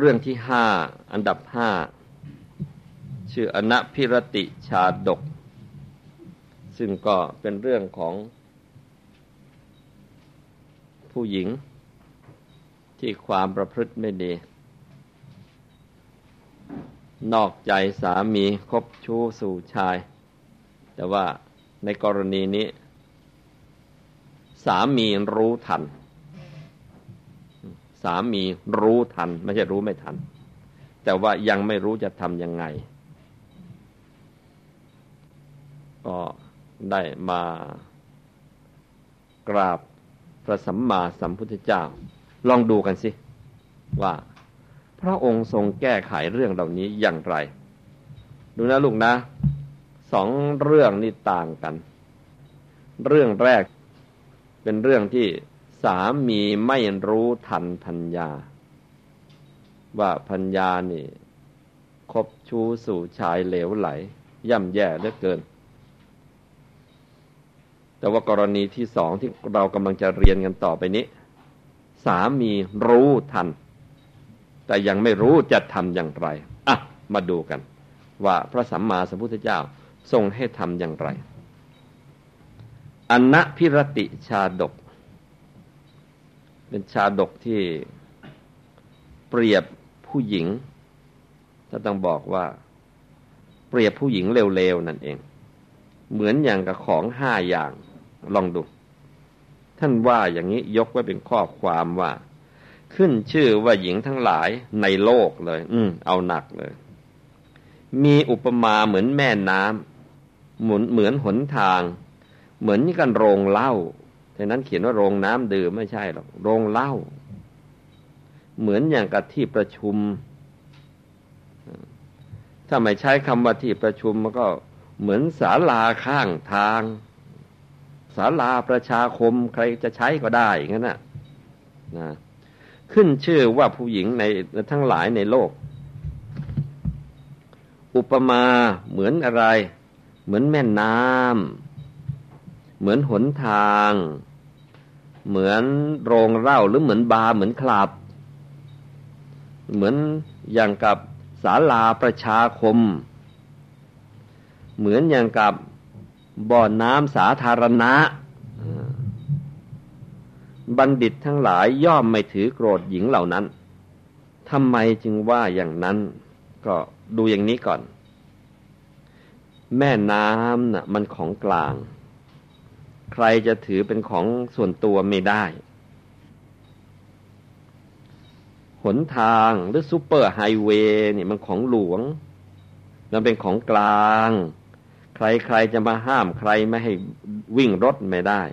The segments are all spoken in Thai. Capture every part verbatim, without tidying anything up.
รื่องที่ห้าอันดับห้าชื่ออนัพิรติชาดกซึ่งก็เป็นเรื่องของผู้หญิงที่ความประพฤติไม่ดีนอกใจสามีคบชู้สู่ชายแต่ว่าในกรณีนี้สามีรู้ทันสามีรู้ทันไม่ใช่รู้ไม่ทันแต่ว่ายังไม่รู้จะทำยังไงก็ได้มากราบพระสัมมาสัมพุทธเจ้าลองดูกันสิว่าพระองค์ทรงแก้ไขเรื่องเหล่านี้อย่างไรดูนะลูกนะสองเรื่องนี้ต่างกันเรื่องแรกเป็นเรื่องที่สามีไม่รู้ทันภรรยาว่าภรรยานี่คบชู้สู่ชายเหลวไหลย่ำแย่เหลือเกินแต่ว่ากรณีที่สองที่เรากำลังจะเรียนกันต่อไปนี้สามีรู้ทันแต่ยังไม่รู้จะทำอย่างไรอ่ะมาดูกันว่าพระสัมมาสัมพุทธเจ้าทรงให้ทำอย่างไรอนัพิรติชาดกเป็นชาดกที่เปรียบผู้หญิงถ้าต้องบอกว่าเปรียบผู้หญิงเร็วๆนั่นเองเหมือนอย่างกับของห้าอย่างลองดูท่านว่าอย่างนี้ยกไว้เป็นข้อความว่าขึ้นชื่อว่าหญิงทั้งหลายในโลกเลยอืมเอาหนักเลยมีอุปมาเหมือนแม่น้ำหมุนเหมือนหนทางเหมือนกันโรงเหล้าฉะนั้นเขียนว่าโรงน้ำดื่มไม่ใช่หรอกโรงเหล้าเหมือนอย่างกับที่ประชุมถ้าไม่ใช้คำว่าที่ประชุมมันก็เหมือนศาลาข้างทางศาลาประชาคมใครจะใช้ก็ได้อย่างนั้นนะนะขึ้นชื่อว่าผู้หญิงในทั้งหลายในโลกอุปมาเหมือนอะไรเหมือนแม่น้ำเหมือนหนทางเหมือนโรงเหล้าหรือเหมือนบาร์เหมือนคลับเหมือนอย่างกับศาลาประชาคมเหมือนอย่างกับบ่อน้ำสาธารณะบัณฑิตทั้งหลายย่อมไม่ถือโกรธหญิงเหล่านั้นทำไมจึงว่าอย่างนั้นก็ดูอย่างนี้ก่อนแม่น้ำน่ะมันของกลางใครจะถือเป็นของส่วนตัวไม่ได้หนทางหรือซุปเปอร์ไฮเวย์นี่มันของหลวงมันเป็นของกลางใครๆจะมาห้ามใครไม่ให้วิ่งรถไม่ได้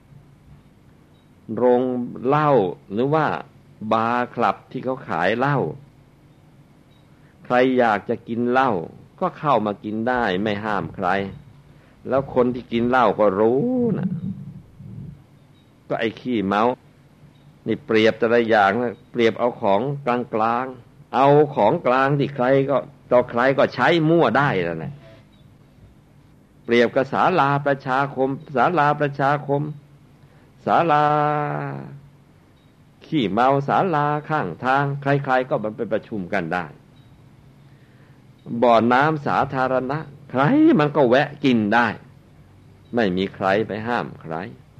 โรงเหล้าหรือว่าบาร์คลับที่เขาขายเหล้าใครอยากจะกินเหล้าก็เข้ามากินได้ไม่ห้ามใครแล้วคนที่กินเหล้าก็รู้นะก็ไอ้ขี้เมานี่เปรียบแต่ละอย่างนะเปรียบเอาของกลางๆเอาของกลางที่ใครก็ต่อใครก็ใช้มั่วได้แล้วนะเปรียบกับศาลาประชาคมศาลาประชาคมศาลาขี้เมาศาลาข้างทางใครๆก็มันไปประชุมกันได้บ่อน้ำสาธารณะใครมันก็แวะกินได้ไม่มีใครไปห้ามใคร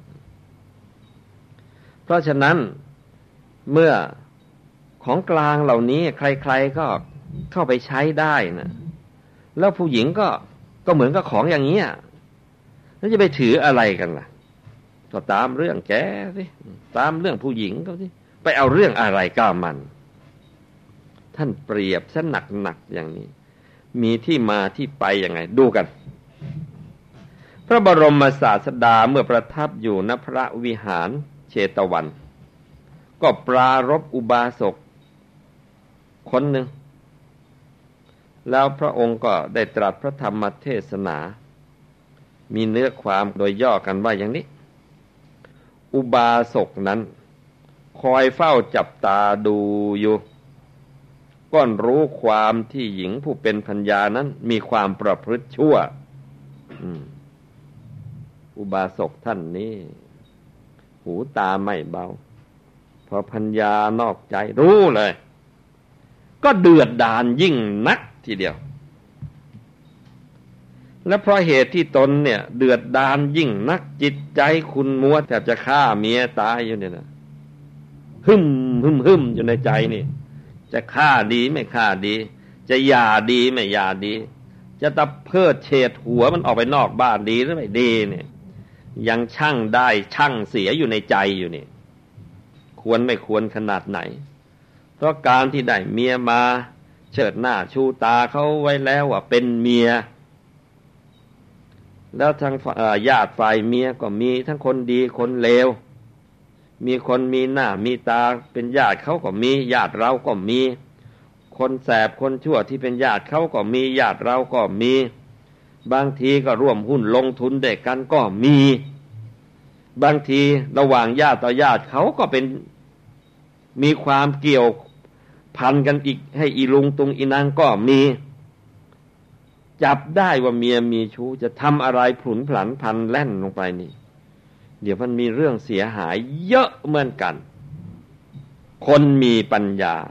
เพราะฉะนั้นเมื่อของกลางเหล่านี้ใครๆก็เข้าไปใช้ได้นะแล้วผู้หญิงก็ก็เหมือนกับของอย่างนี้แล้วจะไปถืออะไรกันล่ะก็ตามเรื่องแกสิตามเรื่องผู้หญิงเขาสิไปเอาเรื่องอะไรก้ามันท่านเปรียบซะหนักๆอย่างนี้มีที่มาที่ไปยังไงดูกันพระบรมศาสดาเมื่อประทับอยู่ณพระวิหารเชตวันก็ปรารภอุบาสกคนหนึ่งแล้วพระองค์ก็ได้ตรัสพระธรรมเทศนามีเนื้อความโดยย่อกันว่าอย่างนี้อุบาสกนั้นคอยเฝ้าจับตาดูอยู่ก้อนรู้ความที่หญิงผู้เป็นภรรยานั้นมีความประพฤติชั่วอุบาสกท่านนี้หูตาไม่เบาพอภรรยานอกใจรู้เลยก็เดือดดาลยิ่งนักทีเดียวและเพราะเหตุที่ตนเนี่ยเดือดดาลยิ่งนักจิตใจขุ่นมัวแทบจะฆ่าเมียตายอยู่เนี่ยนะหึ่มหึ่มหึ่มอยู่ในใจนี่จะฆ่าดีไม่ฆ่าดีจะหย่าดีไม่หย่าดีจะตะเพิดเฉดหัวมันออกไปนอกบ้านดีหรือไม่ดีเนี่ยยังช่างได้ช่างเสียอยู่ในใจอยู่นี่ควรไม่ควรขนาดไหนเพราะการที่ได้เมียมาเชิดหน้าชูตาเขาไว้แล้วว่าเป็นเมียแล้วทางญาติฝ่ายเมียก็มีทั้งคนดีคนเลวมีคนมีหน้ามีตาเป็นญาติเขาก็มีญาติเราก็มีคนแสบคนชั่วที่เป็นญาติเขาก็มีญาติเราก็มีบางทีก็ร่วมหุ้นลงทุนด้วยกันก็มีบางทีระหว่างญาติต่อญาติเขาก็เป็นมีความเกี่ยวพันกันอีกให้อีลุงตุงอีนางก็มีจับได้ว่าเมียมีชู้จะทำอะไรผุนผันพันแล่นลงไปนี่เดี๋ยวมันมีเรื่องเสียหายเยอะเหมือนกันคนมีปัญญา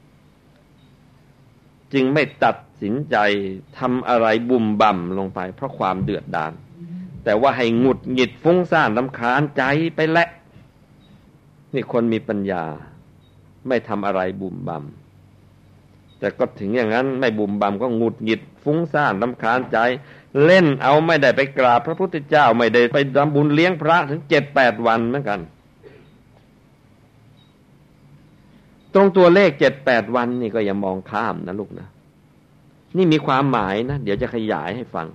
จึงไม่ตัดสินใจทำอะไรบุ่มบ่ำลงไปเพราะความเดือดดาลแต่ว่าให้หงุดหงิดฟุ้งซ่านรำคาญใจไปแหละนี่คนมีปัญญาไม่ทำอะไรบุ่มบ่ำแต่ก็ถึงอย่างนั้นไม่บุ่มบ่ำก็หงุดหงิดฟุ้งซ่านรำคาญใจเล่นเอาไม่ได้ไปกราบพระพุทธเจ้าไม่ได้ไปทำบุญเลี้ยงพระถึงเจ็ดแปดวันเหมือนกันตรงตัวเลขเจ็ดแปดวันนี่ก็อย่ามองข้ามนะลูกนะนี่มีความหมายนะเดี๋ยวจะขยายให้ฟัง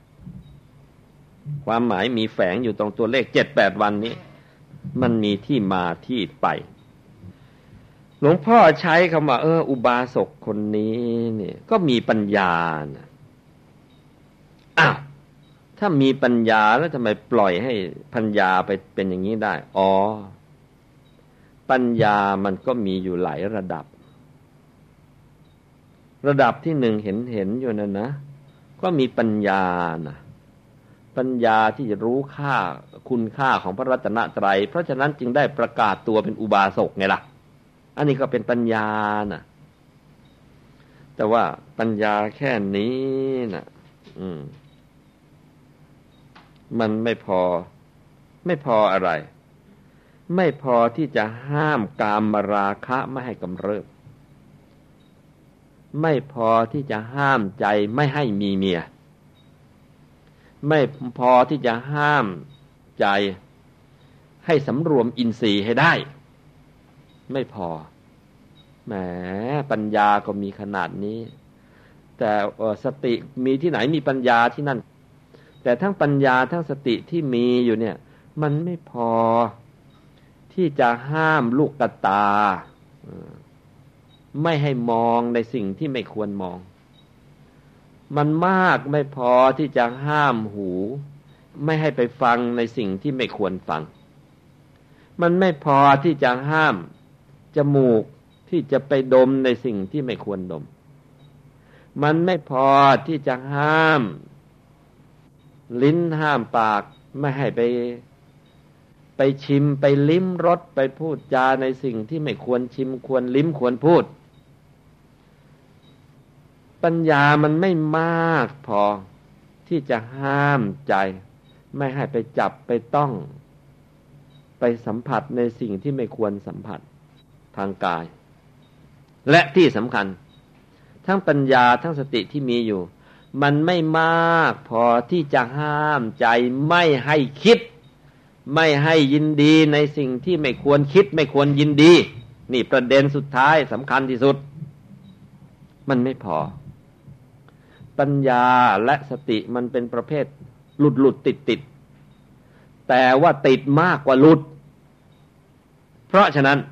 ความหมายมีแฝงอยู่ตรงตัวเลขเจ็ดแปดวันนี้มันมีที่มาที่ไปหลวงพ่อใช้คำว่าเอออุบาสกคนนี้เนี่ยก็มีปัญญานะอ้าวถ้ามีปัญญาแล้วทำไมปล่อยให้ปัญญาไปเป็นอย่างนี้ได้อ๋อปัญญามันก็มีอยู่หลายระดับระดับที่หนึ่งเห็นเห็นอยู่นั่นนะก็มีปัญญานะปัญญาที่จะรู้ค่าคุณค่าของพระรัตนตรัยเพราะฉะนั้นจึงได้ประกาศตัวเป็นอุบาสกไงล่ะอันนี้ก็เป็นปัญญานะแต่ว่าปัญญาแค่นี้นะอืมมันไม่พอไม่พออะไรไม่พอที่จะห้ามกามราคะไม่ให้กำเริบไม่พอที่จะห้ามใจไม่ให้มีเมียไม่พอที่จะห้ามใจให้สำรวมอินทรีย์ให้ได้ไม่พอแหมปัญญาก็มีขนาดนี้แต่สติมีที่ไหนมีปัญญาที่นั่นแต่ทั้งปัญญาทั้งสติที่มีอยู่เนี่ยมันไม่พอที่จะห้ามลูกตาไม่ให้มองในสิ่งที่ไม่ควรมองมันมากไม่พอที่จะห้ามหูไม่ให้ไปฟังในสิ่งที่ไม่ควรฟังมันไม่พอที่จะห้ามจมูกที่จะไปดมในสิ่งที่ไม่ควรดมมันไม่พอที่จะห้ามลิ้นห้ามปากไม่ให้ไปไปชิมไปลิ้มรสไปพูดจาในสิ่งที่ไม่ควรชิมควรลิ้มควรพูดปัญญามันไม่มากพอที่จะห้ามใจไม่ให้ไปจับไปต้องไปสัมผัสในสิ่งที่ไม่ควรสัมผัสทางกายและที่สำคัญทั้งปัญญาทั้งสติที่มีอยู่มันไม่มากพอที่จะห้ามใจไม่ให้คิดไม่ให้ยินดีในสิ่งที่ไม่ควรคิดไม่ควรยินดีนี่ประเด็นสุดท้ายสำคัญที่สุดมันไม่พอปัญญาและสติมันเป็นประเภทหลุดหลุดติดติดแต่ว่าติดมากกว่าหลุดเพราะฉะนั้น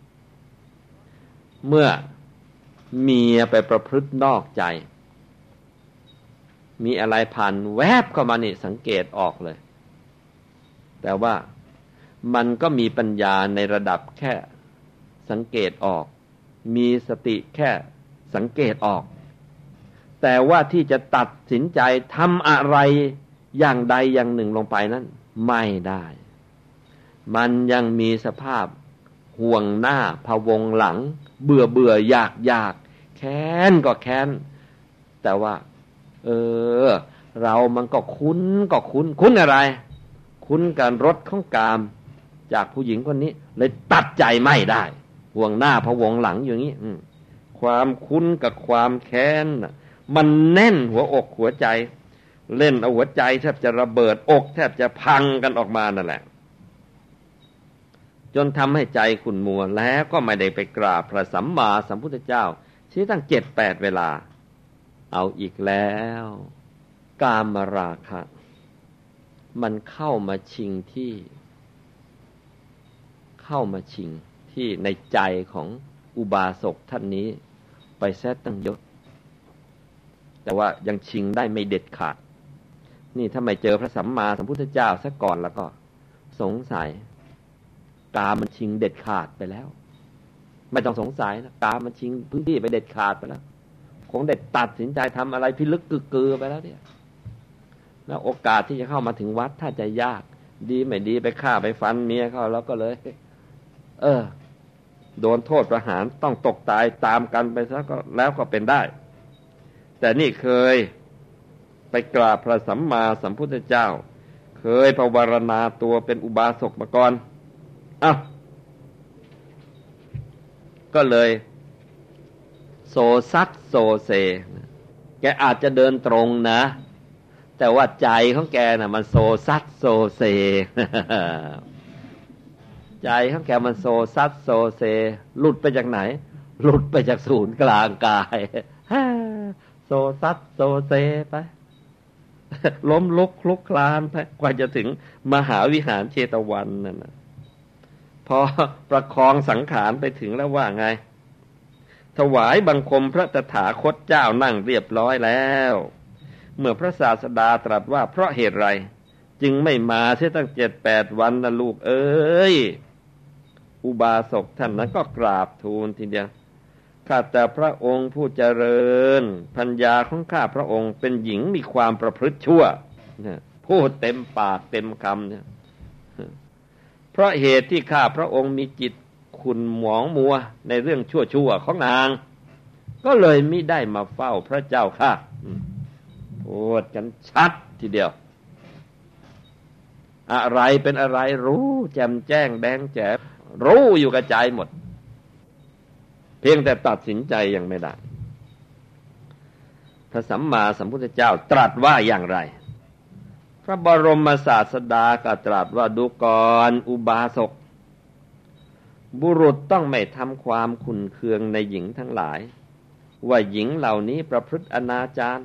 เมื่อเมียไปประพฤตินอกใจมีอะไรผ่านแวบเข้ามานี่สังเกตออกเลยแต่ว่ามันก็มีปัญญาในระดับแค่สังเกตออกมีสติแค่สังเกตออกแต่ว่าที่จะตัดสินใจทำอะไรอย่างใดอย่างหนึ่งลงไปนั้นไม่ได้มันยังมีสภาพห่วงหน้าพะวงหลังเบื่อเบื่ออยากอยากแขค้นก็แค้นแต่ว่าเออเรามันก็คุ้นก็คุ้นคุ้นอะไรคุ้นการรสของกามจากผู้หญิงคนนี้เลยตัดใจไม่ได้ห่วงหน้าพะวงหลังอย่างนี้ความคุ้นกับความแค้นมันแน่นหัวอกหัวใจเล่นเอาหัวใจแทบจะระเบิดอกแทบจะพังกันออกมานั่นแหละจนทำให้ใจขุ่นมัวแล้วก็ไม่ได้ไปกราบพระสัมมาสัมพุทธเจ้าที่ตั้งเจ็ดแปดเวลาเอาอีกแล้วกามราคะมันเข้ามาชิงที่เข้ามาชิงที่ในใจของอุบาสกท่านนี้ไปแท้ตั้งเยอะแต่ว่ายังชิงได้ไม่เด็ดขาดนี่ถ้าไม่เจอพระสัมมาสัมพุทธเจ้าซะก่อนแล้วก็สงสัยกามมันชิงเด็ดขาดไปแล้วไม่ต้องสงสัยนะกามมันชิงพื้นที่ไปเด็ดขาดไปแล้วคงเด็ดตัดสินใจทำอะไรพิลึกกึกกือไปแล้วเนี่ยแล้วโอกาสที่จะเข้ามาถึงวัดถ้าจะยากดีไม่ดีไปฆ่าไปฟันเมียเขาแล้วก็เลยเออโดนโทษประหารต้องตกตายตามกันไปซะก็แล้วก็เป็นได้แต่นี่เคยไปกราบพระสัมมาสัมพุทธเจ้าเคยภาวนาตัวเป็นอุบาสกมาก่อนอ้าวก็เลยโซซัดโซเซแกอาจจะเดินตรงนะแต่ว่าใจของแกน่ะมันโซซัดโซเซใจของแกมันโซซัดโซเซหลุดไปจากไหนหลุดไปจากศูนย์กลางกายโซซัดโซเซไปล้มลุกคลุกคลานไปกว่าจะถึงมหาวิหารเชตวันนั่นนะพอประคองสังขารไปถึงแล้วว่าไงถวายบังคมพระตถาคตเจ้านั่งเรียบร้อยแล้วเมื่อพระศาสดาตรัสว่าเพราะเหตุไรจึงไม่มาเสียตั้งเจ็ดแปดวันนะลูกเอ้ยอุบาสกท่านนั้นก็กราบทูลทีเดียวข้าแต่พระองค์ผู้เจริญภรรยาของข้าพระองค์เป็นหญิงมีความประพฤติชั่วพูดเต็มปากเต็มคำเนี่ยเพราะเหตุที่ข้าพระองค์มีจิตขุ่นหมองมัวในเรื่องชั่วๆของนางก็เลยไม่ได้มาเฝ้าพระเจ้าค่ะพูดกันชัดทีเดียวอะไรเป็นอะไรรู้แจ่มแจ้งแดงแจ๋รู้อยู่กระจายหมดเพียงแต่ตัดสินใจยังไม่ได้พระสัมมาสัมพุทธเจ้าตรัสว่าอย่างไรพระบรมศาสดาก็ตรัสว่าดูก่อนอุบาสกบุรุษต้องไม่ทำความขุ่นเคืองในหญิงทั้งหลายว่าหญิงเหล่านี้ประพฤติอนาจาร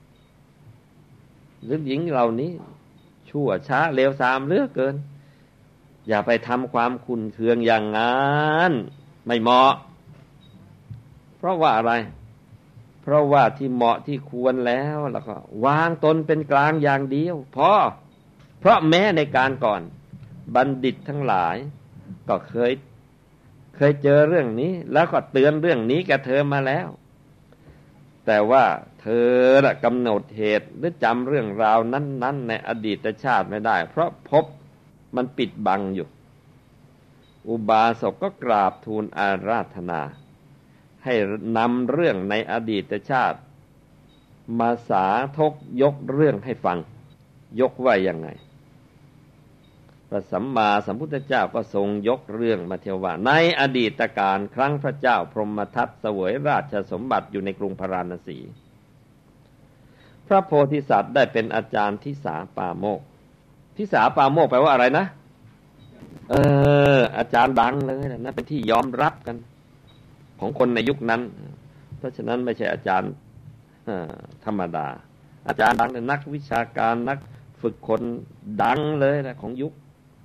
หรือหญิงเหล่านี้ชั่วช้าเลวทรามเหลือเกินอย่าไปทำความขุ่นเคืองอย่างนั้นไม่เหมาะเพราะว่าอะไรเพราะว่าที่เหมาะที่ควรแล้วแล้วก็วางตนเป็นกลางอย่างเดียวพอเพราะแม้ในการก่อนบัณฑิตทั้งหลายก็เคยเคยเจอเรื่องนี้แล้วก็เตือนเรื่องนี้แกเธอมาแล้วแต่ว่าเธอน่ะกำหนดเหตุหรือจำเรื่องราวนั้นๆในอดีตชาติไม่ได้เพราะพบมันปิดบังอยู่อุบาสกก็กราบทูลอาราธนาให้นำเรื่องในอดีตชาติมาสาธกยกเรื่องให้ฟังยกว่ายังไงพระสัมมาสัมพุทธเจ้าก็ทรงยกเรื่องมาเทวว่าในอดีตการครั้งพระเจ้าพรหมทัตเสวยราชสมบัติอยู่ในกรุงพาราณสีพระโพธิสัตว์ได้เป็นอาจารย์ทิสาปาโมกข์ทิสาปาโมกข์แปลว่าอะไรนะเอออาจารย์ดังเลยนะเป็นที่ยอมรับกันของคนในยุคนั้นเพราะฉะนั้นไม่ใช่อาจารย์ธรรมดาอาจารย์ดังนักวิชาการนักฝึกคนดังเลยนะของยุค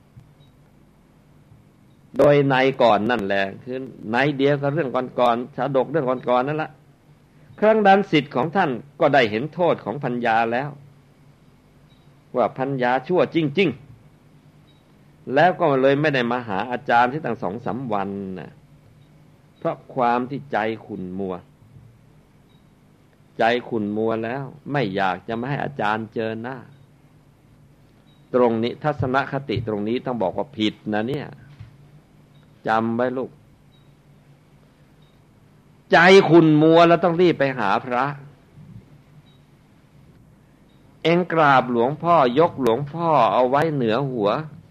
โดยในก่อนนั่นแหละคือในเดียวกับเรื่องก่อนๆชาดกเรื่องก่อนๆนั่นแหละครั้งนั้นศิษย์ของท่านก็ได้เห็นโทษของพัญญาแล้วว่าพัญญาชั่วจริงๆแล้วก็เลยไม่ได้มาหาอาจารย์ที่ตั้งสองสามวันนะเพราะความที่ใจขุ่นมัวใจขุ่นมัวแล้วไม่อยากจะไม่ให้อาจารย์เจอหน้าตรงนี้ทัศนคติตรงนี้ต้องบอกว่าผิดนะเนี่ยจำไว้ลูกใจขุ่นมัวแล้วต้องรีบไปหาพระเอ็งกราบหลวงพ่อยกหลวงพ่อเอาไว้เหนือหั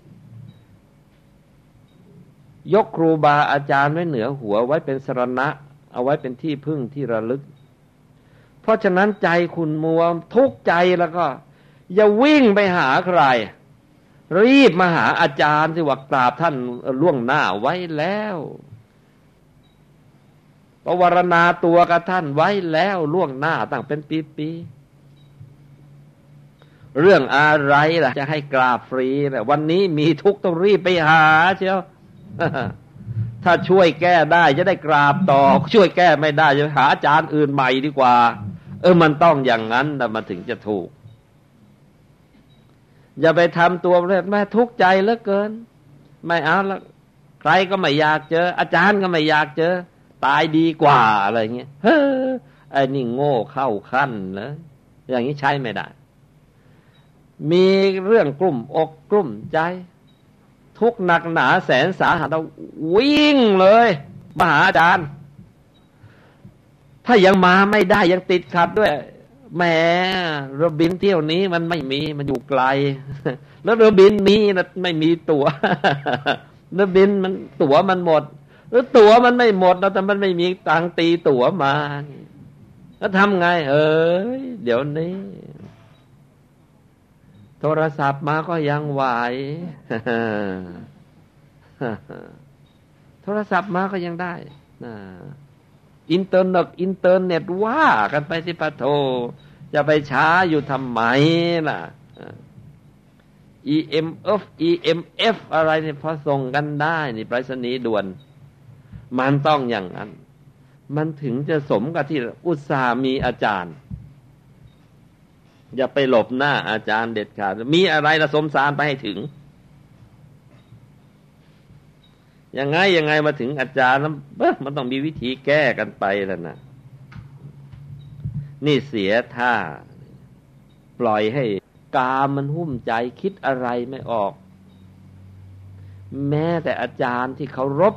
วยกครูบาอาจารย์ไว้เหนือหัวไว้เป็นสรณะเอาไว้เป็นที่พึ่งที่ระลึกเพราะฉะนั้นใจขุ่นมัวทุกข์ใจแล้วก็อย่าวิ่งไปหาใครรีบมาหาอาจารย์ที่ว่ากราบท่านล่วงหน้าไว้แล้วปวารณาตัวกับท่านไว้แล้วล่วงหน้าตั้งเป็นปีๆเรื่องอะไรล่ะจะให้กราบฟรีแต่วันนี้มีทุกข์ต้องรีบไปหาเชียว ถ้าช่วยแก้ได้จะได้กราบต่อช่วยแก้ไม่ได้จะหาอาจารย์อื่นใหม่ดีกว่าเออมันต้องอย่างนั้นแต่มาถึงจะถูกอย่าไปทำตัวเรื่อยแม่ทุกข์ใจเหลือเกินไม่เอาละใครก็ไม่อยากเจออาจารย์ก็ไม่อยากเจอตายดีกว่าอะไรเงี้ยเฮ้อไอ้นี่โง่เข้าขั้นเลยอย่างนี้ใช้ไม่ได้มีเรื่องกลุ่มอกกลุ่มใจทุกข์หนักหนาแสนสาหัสเราวิ่งเลยมาหาอาจารย์ถ้ายังมาไม่ได้ยังติดขัดด้วยแหมเรือบินเที่ยวนี้มันไม่มีมันอยู่ไกลแล้วเรือบินมีนะไม่มีตั๋วเรือบินมันตั๋วมันหมดหรือตั๋วมันไม่หมดแล้วแต่มันไม่มีตังค์ตีตั๋วมาแล้วทำไงเอ้ยเดี๋ยวนี้โทรศัพท์มาก็ยังไหวโทรศัพท์มาก็ยังได้อินเทอร์เน็ตอินเทอร์เน็ตว่ากันไปสิปะโทจะไปช้าอยู่ทำไมล่ะ อี เอ็ม เอฟ อี เอ็ม เอฟ อะไรนี่พอส่งกันได้นี่ไปรษณีย์ด่วนมันต้องอย่างนั้นมันถึงจะสมกับที่อุตส่าห์มีอาจารย์อย่าไปหลบหน้าอาจารย์เด็ดขาดมีอะไรละสมสารไปให้ถึงยังไงยังไงมาถึงอาจารย์มันต้องมีวิธีแก้กันไปแล้วนะนี่เสียท่าปล่อยให้กามมันหุ้มใจคิดอะไรไม่ออกแม้แต่อาจารย์ที่เคารพ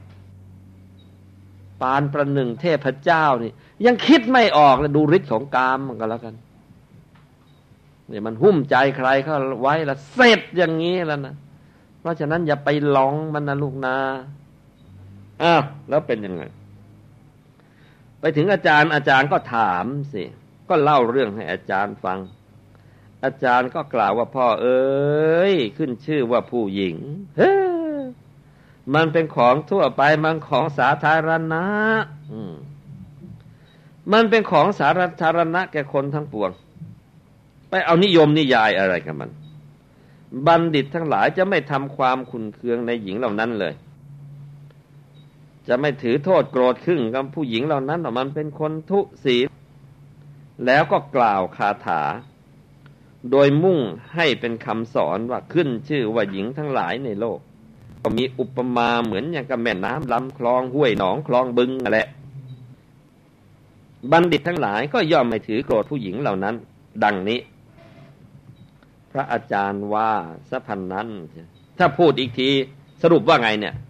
ปานประหนึ่งเทพเจ้านี่ยังคิดไม่ออกเลยดูฤทธิ์ของกามมันก็แล้วกันเนี่ยมันหุ้มใจใครเข้าไว้แล้วเสร็จอย่างนี้แล้วนะเพราะฉะนั้นอย่าไปหลงมันนะลูกนะอ้าวแล้วเป็นยังไงไปถึงอาจารย์อาจารย์ก็ถามสิก็เล่าเรื่องให้อาจารย์ฟังอาจารย์ก็กล่าวว่าพ่อเอ้ยขึ้นชื่อว่าผู้หญิงเฮ้มันเป็นของทั่วไปมันของสาธารณะมันเป็นของสาธารณะแก่คนทั้งปวงไปเอานิยมนิยายอะไรกับมันบัณฑิตทั้งหลายจะไม่ทำความขุ่นเคืองในหญิงเหล่านั้นเลยจะไม่ถือโทษโกรธขึ้นกับผู้หญิงเหล่านั้นว่ามันเป็นคนทุศีลแล้วก็กล่าวคาถาโดยมุ่งให้เป็นคำสอนว่าขึ้นชื่อว่าหญิงทั้งหลายในโลกก็มีอุปมาเหมือนอย่างกับแม่น้ำลำคลองห้วยหนองคลองบึงนั่นแหละบัณฑิตทั้งหลายก็ย่อมไม่ถือโกรธผู้หญิงเหล่านั้นดังนี้พระอาจารย์ว่าสะพันนั้นถ้าพูดอีกทีสรุปว่าไงเนี่ย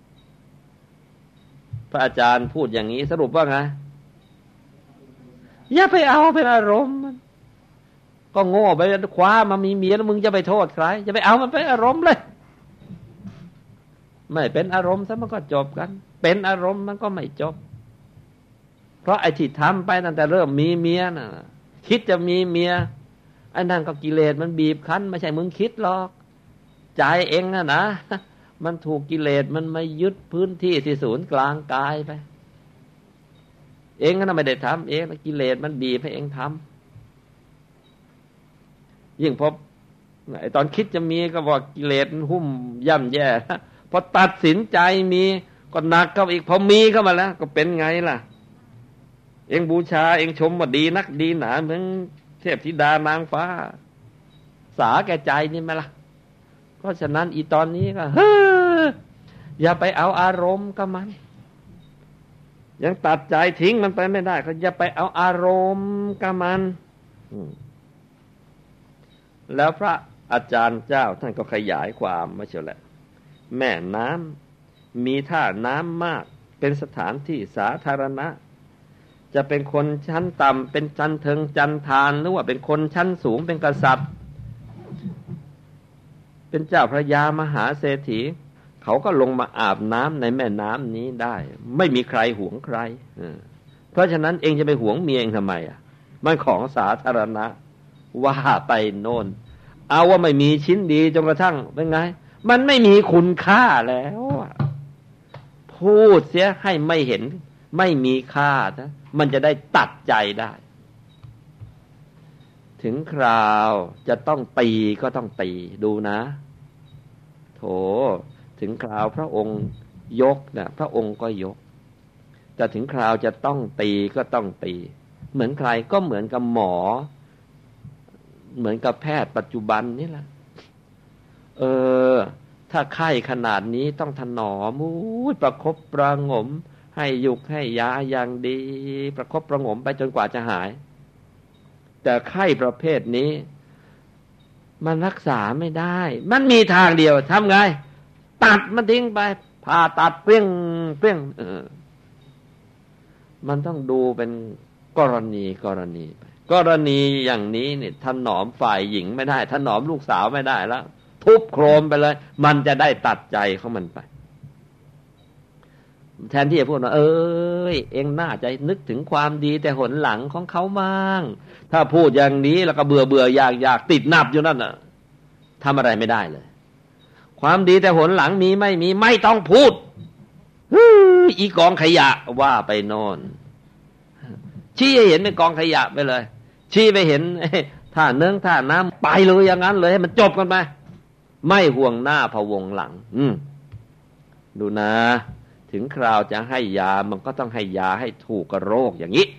พระอาจารย์พูดอย่างนี้สรุปว่าไงอย่าไปเอาเป็นอารมณ์ก็โง่ไปคว้ามามีเมียแล้วมึงจะไปโทษใครจะไปเอามันเป็นอารมณ์เลยไม่เป็นอารมณ์ซะมันก็จบกันเป็นอารมณ์มันก็ไม่จบเพราะไอ้ที่ทำไปตั้งแต่เริ่มมีเมียน่ะคิดจะมีเมียไอ้นั่นก็กิเลสมันบีบคั้นไม่ใช่มึงคิดหรอกใจเองน่ะนะมันถูกกิเลสมันมายึดพื้นที่ที่ศูนย์กลางกายไปเองก็ไม่ได้ทำเองกิเลสมันบีบให้เองทำยิ่งพอไอ้ตอนคิดจะมีก็บอกกิเลสมันหุ้มย่ำแย่พอตัดสินใจมีก็หนักเข้าอีกพอมีเข้ามาแล้วก็เป็นไงล่ะเองบูชาเองชมว่าดีนักดีหนาเหมือนเทพธิดานางฟ้าสาแก่ใจนี่ไหมล่ะเพราะฉะนั้นอีตอนนี้ก็เฮ้ออย่าไปเอาอารมณ์กับมันยังตัดใจทิ้งมันไปไม่ได้ก็อย่าไปเอาอารมณ์กับมันแล้วพระอาจารย์เจ้าท่านก็ขยายความมาเชียวแหละแม่น้ำมีท่าน้ำมากเป็นสถานที่สาธารณะจะเป็นคนชั้นต่ำเป็นจันเทิงจันทานหรือว่าเป็นคนชั้นสูงเป็นกษัตริย์เป็นเจ้าพระยามหาเศรษฐีเขาก็ลงมาอาบน้ำในแม่น้ำนี้ได้ไม่มีใครหวงใครเพราะฉะนั้นเองจะไปหวงเมียเองทำไมอ่ะมันของสาธารณะว่าไปโน่นเอาว่าไม่มีชิ้นดีจนกระทั่งเป็นไงมันไม่มีคุณค่าแล้วพูดเสียให้ไม่เห็นไม่มีค่านะมันจะได้ตัดใจได้ถึงคราวจะต้องตีก็ต้องตีดูนะโถถึงคราวพระองค์ยกนะพระองค์ก็ยกแต่ถึงคราวจะต้องตีก็ต้องตีเหมือนใครก็เหมือนกับหมอเหมือนกับแพทย์ปัจจุบันนี่แหละเออถ้าไข้ขนาดนี้ต้องถนอมมูดประคบประหงมให้ยุกให้ยาอย่างดีประคบประหงมไปจนกว่าจะหายแต่ไข้ประเภทนี้มันรักษาไม่ได้มันมีทางเดียวทำไงตัดมันทิ้งไปผ่าตัดเปรี้ยงเปรี้ยงเออมันต้องดูเป็นกรณีกรณีไปกรณีอย่างนี้เนี่ยถนอมฝ่ายหญิงไม่ได้ถนอมลูกสาวไม่ได้แล้วทุบโครมไปเลยมันจะได้ตัดใจของมันไปแทนที่จะพูดว่าเอ้ยเอ็งน่าจะนึกถึงความดีแต่หนหลังของเขามั่งถ้าพูดอย่างนี้แล้วก็เบื่อเบื่ออยากอยากติดนับอยู่นั่นน่ะทำอะไรไม่ได้เลยความดีแต่หนหลังมีไม่มีไม่ต้องพูดอีกองขยะว่าไปโน่นชี้ให้เห็นเป็นกองขยะไปเลยชี้ไปเห็นท่าเนื้อท่าน้ำไปเลยอย่างนั้นเลยให้มันจบกันไปไม่ห่วงหน้าพะวงหลังอืมดูนะถึงคราวจะให้ยามันก็ต้องให้ยาให้ถูกกับโรคอย่างนี้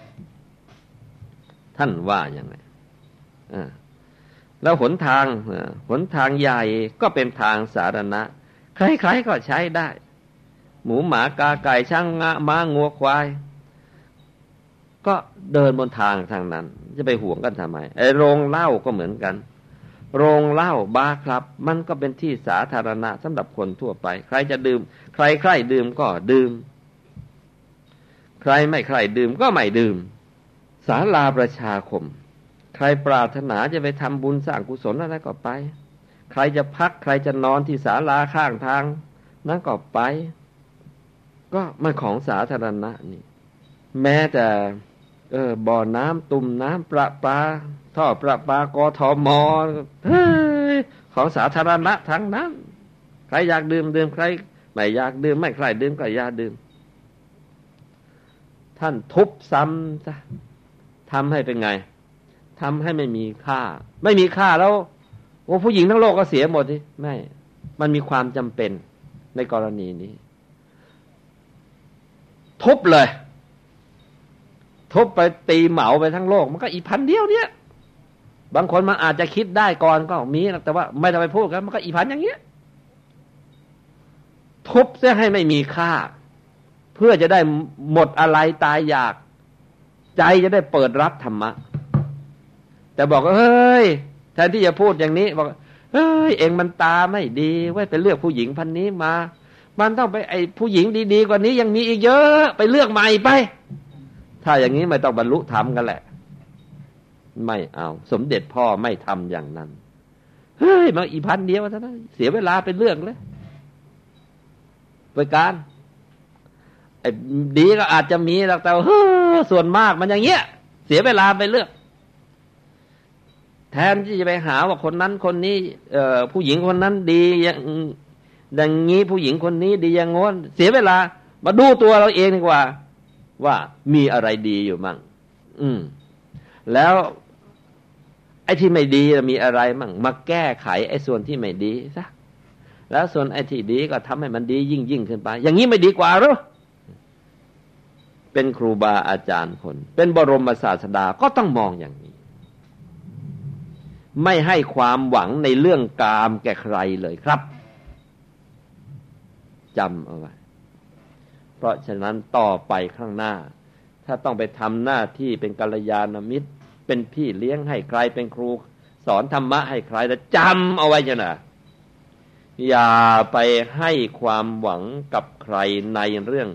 ท่านว่าอย่างไรอ่าแล้วหนทางหนทางใหญ่ก็เป็นทางสาธารณะใครๆก็ใช้ได้หมูหมากาไก่ช้างงะม้างัวควายก็เดินบนทางทางนั้นจะไปห่วงกันทำไมไอ้โรงเหล้าก็เหมือนกันโรงเหล้าบาร์คลับมันก็เป็นที่สาธารณะสำหรับคนทั่วไปใครจะดื่มใครใครดื่มก็ดื่มใครไม่ใครดื่มก็ไม่ดื่มศาลาประชาคมใครปรารถนาจะไปทำบุญสร้างกุศลอะไรก็ไปใครจะพักใครจะนอนที่ศาลาข้างทางนั่นก็ไปก็มันของสาธารณะนี่แม้แต่เออบ่อน้ำตุ่มน้ำประปาท่อประปากทมเฮ้ยของสาธารณะทั้งนั้นใครอยากดื่มดื่มใครไม่อยากดื่มไม่ใครดื่มก็อย่าดื่มท่านทุบซ้ำซะทำให้เป็นไงทำให้ไม่มีค่าไม่มีค่าแล้วโอ้ผู้หญิงทั้งโลกก็เสียหมดสิไม่มันมีความจำเป็นในกรณีนี้ทุบเลยทุบไปตีเหมาไปทั้งโลกมันก็อีพันเดียวเนี่ยบางคนมันอาจจะคิดได้ก่อนก็มีแต่ว่าไม่ต้องไปพูดกันมันก็อีพันอย่างเงี้ยทุบเสียให้ไม่มีค่าเพื่อจะได้หมดอะไรตายอยากใจจะได้เปิดรับธรรมะแต่บอกว่าเฮ้ยแทนที่จะพูดอย่างนี้บอกเฮ้ยเองมันตาไม่ดีไว้ไปเลือกผู้หญิงพันนี้มามันต้องไปไอ้ผู้หญิงดีๆกว่านี้ยังมีอีกเยอะไปเลือกใหม่ไปถ้าอย่างนี้ไม่ต้องบรรลุธรรมกันแหละไม่เอาสมเด็จพ่อไม่ทำอย่างนั้นเฮ้ยมาอีพันเดียวเท่านั้นเสียเวลาเป็นเรื่องเลยไปการไอ้ดีก็อาจจะมีแต่เฮ้อส่วนมากมันอย่างเงี้ยเสียเวลาไปเลือกแทนที่จะไปหาว่าคนนั้นคนนี้เอ่อผู้หญิงคนนั้นดีอย่างอย่างงี้ผู้หญิงคนนี้ดีอย่างงนเสียเวลามาดูตัวเราเองดีกว่าว่ามีอะไรดีอยู่มั่งอืมแล้วไอ้ที่ไม่ดีมีอะไรมั่งมาแก้ไขไอ้ส่วนที่ไม่ดีซะแล้วส่วนไอ้ที่ดีก็ทำให้มันดียิ่งยิ่งขึ้นไปอย่างนี้ไม่ดีกว่าหรอเป็นครูบาอาจารย์คนเป็นบรมศาสดาก็ต้องมองอย่างนี้ไม่ให้ความหวังในเรื่องกามแก่ใครเลยครับจำเอาไว้เพราะฉะนั้นต่อไปข้างหน้าถ้าต้องไปทำหน้าที่เป็นกัลยาณมิตรเป็นพี่เลี้ยงให้ใครเป็นครูสอนธรรมะให้ใครแล้วจำเอาไว้เถอะนะอย่าไปให้ความหวังกับใครในเรื่อง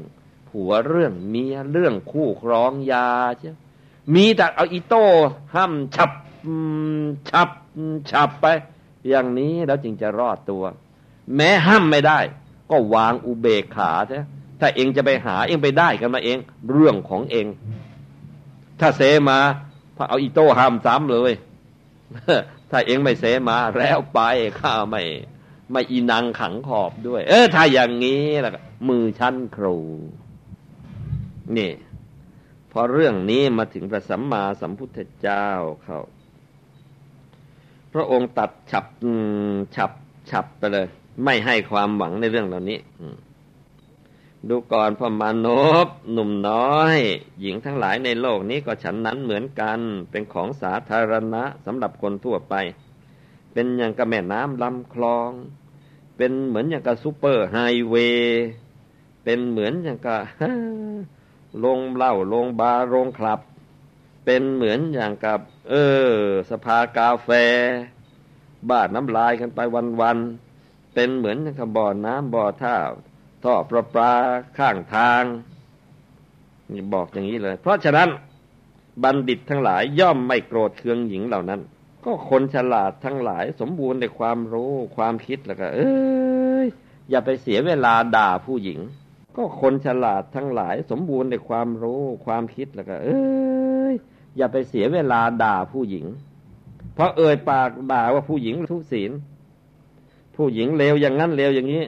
ผัวเรื่องเมียเรื่องคู่ครองยาใช่มีแต่เอาอีโต้ห้ามฉับฉับฉับไปอย่างนี้แล้วจึงจะรอดตัวแม้ห้ามไม่ได้ก็วางอุเบกขาใช่ถ้าเองจะไปหาเองไปได้กันมาเองเรื่องของเองถ้าเสมาพอเอาอีโต้ห้ามซ้ำเลยถ้าเองไม่เสมาแล้วไปข้าไม่ไม่อีนังขังขอบด้วยเออถ้าอย่างนี้แล้วมือชั้นครูนี่พอเรื่องนี้มาถึงพระสัมมาสัมพุทธเจ้าเขาพระองค์ตัดฉับฉับฉับไปเลยไม่ให้ความหวังในเรื่องเหล่านี้ดูก่อนพ่อมานพหนุ่มน้อยหญิงทั้งหลายในโลกนี้ก็ฉันนั้นเหมือนกันเป็นของสาธารณะสำหรับคนทั่วไปเป็นอย่างกับแม่น้ำลำคลองเป็นเหมือนอย่างกับซูเปอร์ไฮเวย์เป็นเหมือนอย่างกับโรงเหล้าโรงบาร์โรงคลับเป็นเหมือนอย่างกับเออสภากาแฟบ้านน้ำลายกันไปวันๆเป็นเหมือนอย่างกับบ่อน้ำบ่อท่าท่อประปาข้างทางนี่บอกอย่างนี้เลยเพราะฉะนั้นบัณฑิตทั้งหลายย่อมไม่โกรธเคืองหญิงเหล่านั้นก็คนฉลาดทั้งหลายสมบูรณ์ในความรู้ความคิดแล้วก็เอ้ยอย่าไปเสียเวลาด่าผู้หญิงก็คนฉลาดทั้งหลายสมบูรณ์ในความรู้ความคิดแล้วก็เอ้ยอย่าไปเสียเวลาด่าผู้หญิงเพราะเอ่ยปากด่าว่าผู้หญิงทุศีลผู้หญิงเลวอย่างนั้นเลวอย่างนี้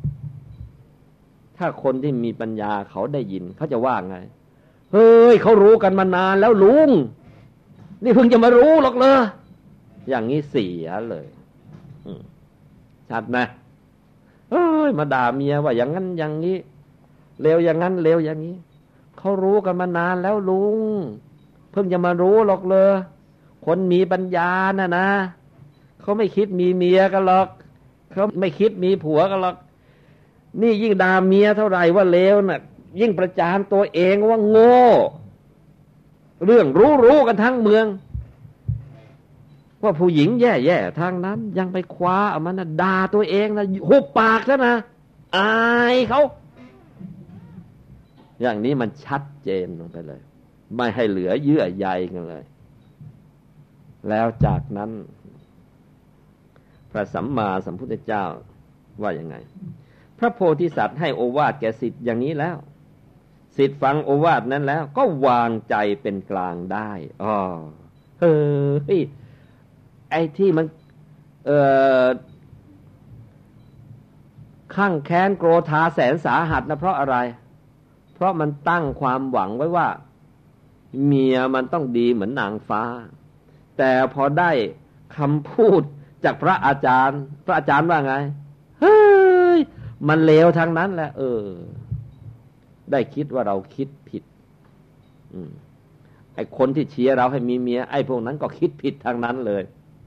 ถ้าคนที่มีปัญญาเขาได้ยินเขาจะว่าไงเฮ้ยเขารู้กันมานานแล้วลุงนี่เพิ่งจะมารู้หรอกเลยอย่างนี้เสียเลยชัดไหมเอ้ยมาด่าเมียว่าอย่างนั้นอย่างนี้เลวอย่างนั้นเลวอย่างนี้เขารู้กันมานานแล้วลุงเพิ่งจะมารู้หรอกเลยคนมีปัญญาน่ะนะเขาไม่คิดมีเมียกันหรอกเขาไม่คิดมีผัวกันหรอกนี่ยิ่งด่าเมียเท่าไหร่ว่าเลวน่ะยิ่งประจานตัวเองว่าโง่เรื่องรู้ๆกันทั้งเมืองว่าผู้หญิงแย่ๆทางนั้นยังไปคว้าเอามันนะด่าตัวเองนะหุบปากซะนะอายเขาอย่างนี้มันชัดเจนลงไปเลยไม่ให้เหลือเยื่อใยกันเลยแล้วจากนั้นพระสัมมาสัมพุทธเจ้าว่ายังไงพระโพธิสัตว์ให้โอวาทแก่ศิษย์อย่างนี้แล้วศิษย์ฟังโอวาทนั้นแล้วก็วางใจเป็นกลางได้อ๋อเฮ้ยไอ้ที่มันเอ่อข้างแค้นโกรธาแสนสาหัสนะเพราะอะไรเพราะมันตั้งความหวังไว้ว่าเมียมันต้องดีเหมือนนางฟ้าแต่พอได้คำพูดจากพระอาจารย์พระอาจารย์ว่าไงเฮ้ยมันเลวทางนั้นแหละเออได้คิดว่าเราคิดผิดอืมไอ้คนที่เชียร์เราให้มีเมียไอ้พวกนั้นก็คิดผิดทางนั้นเลย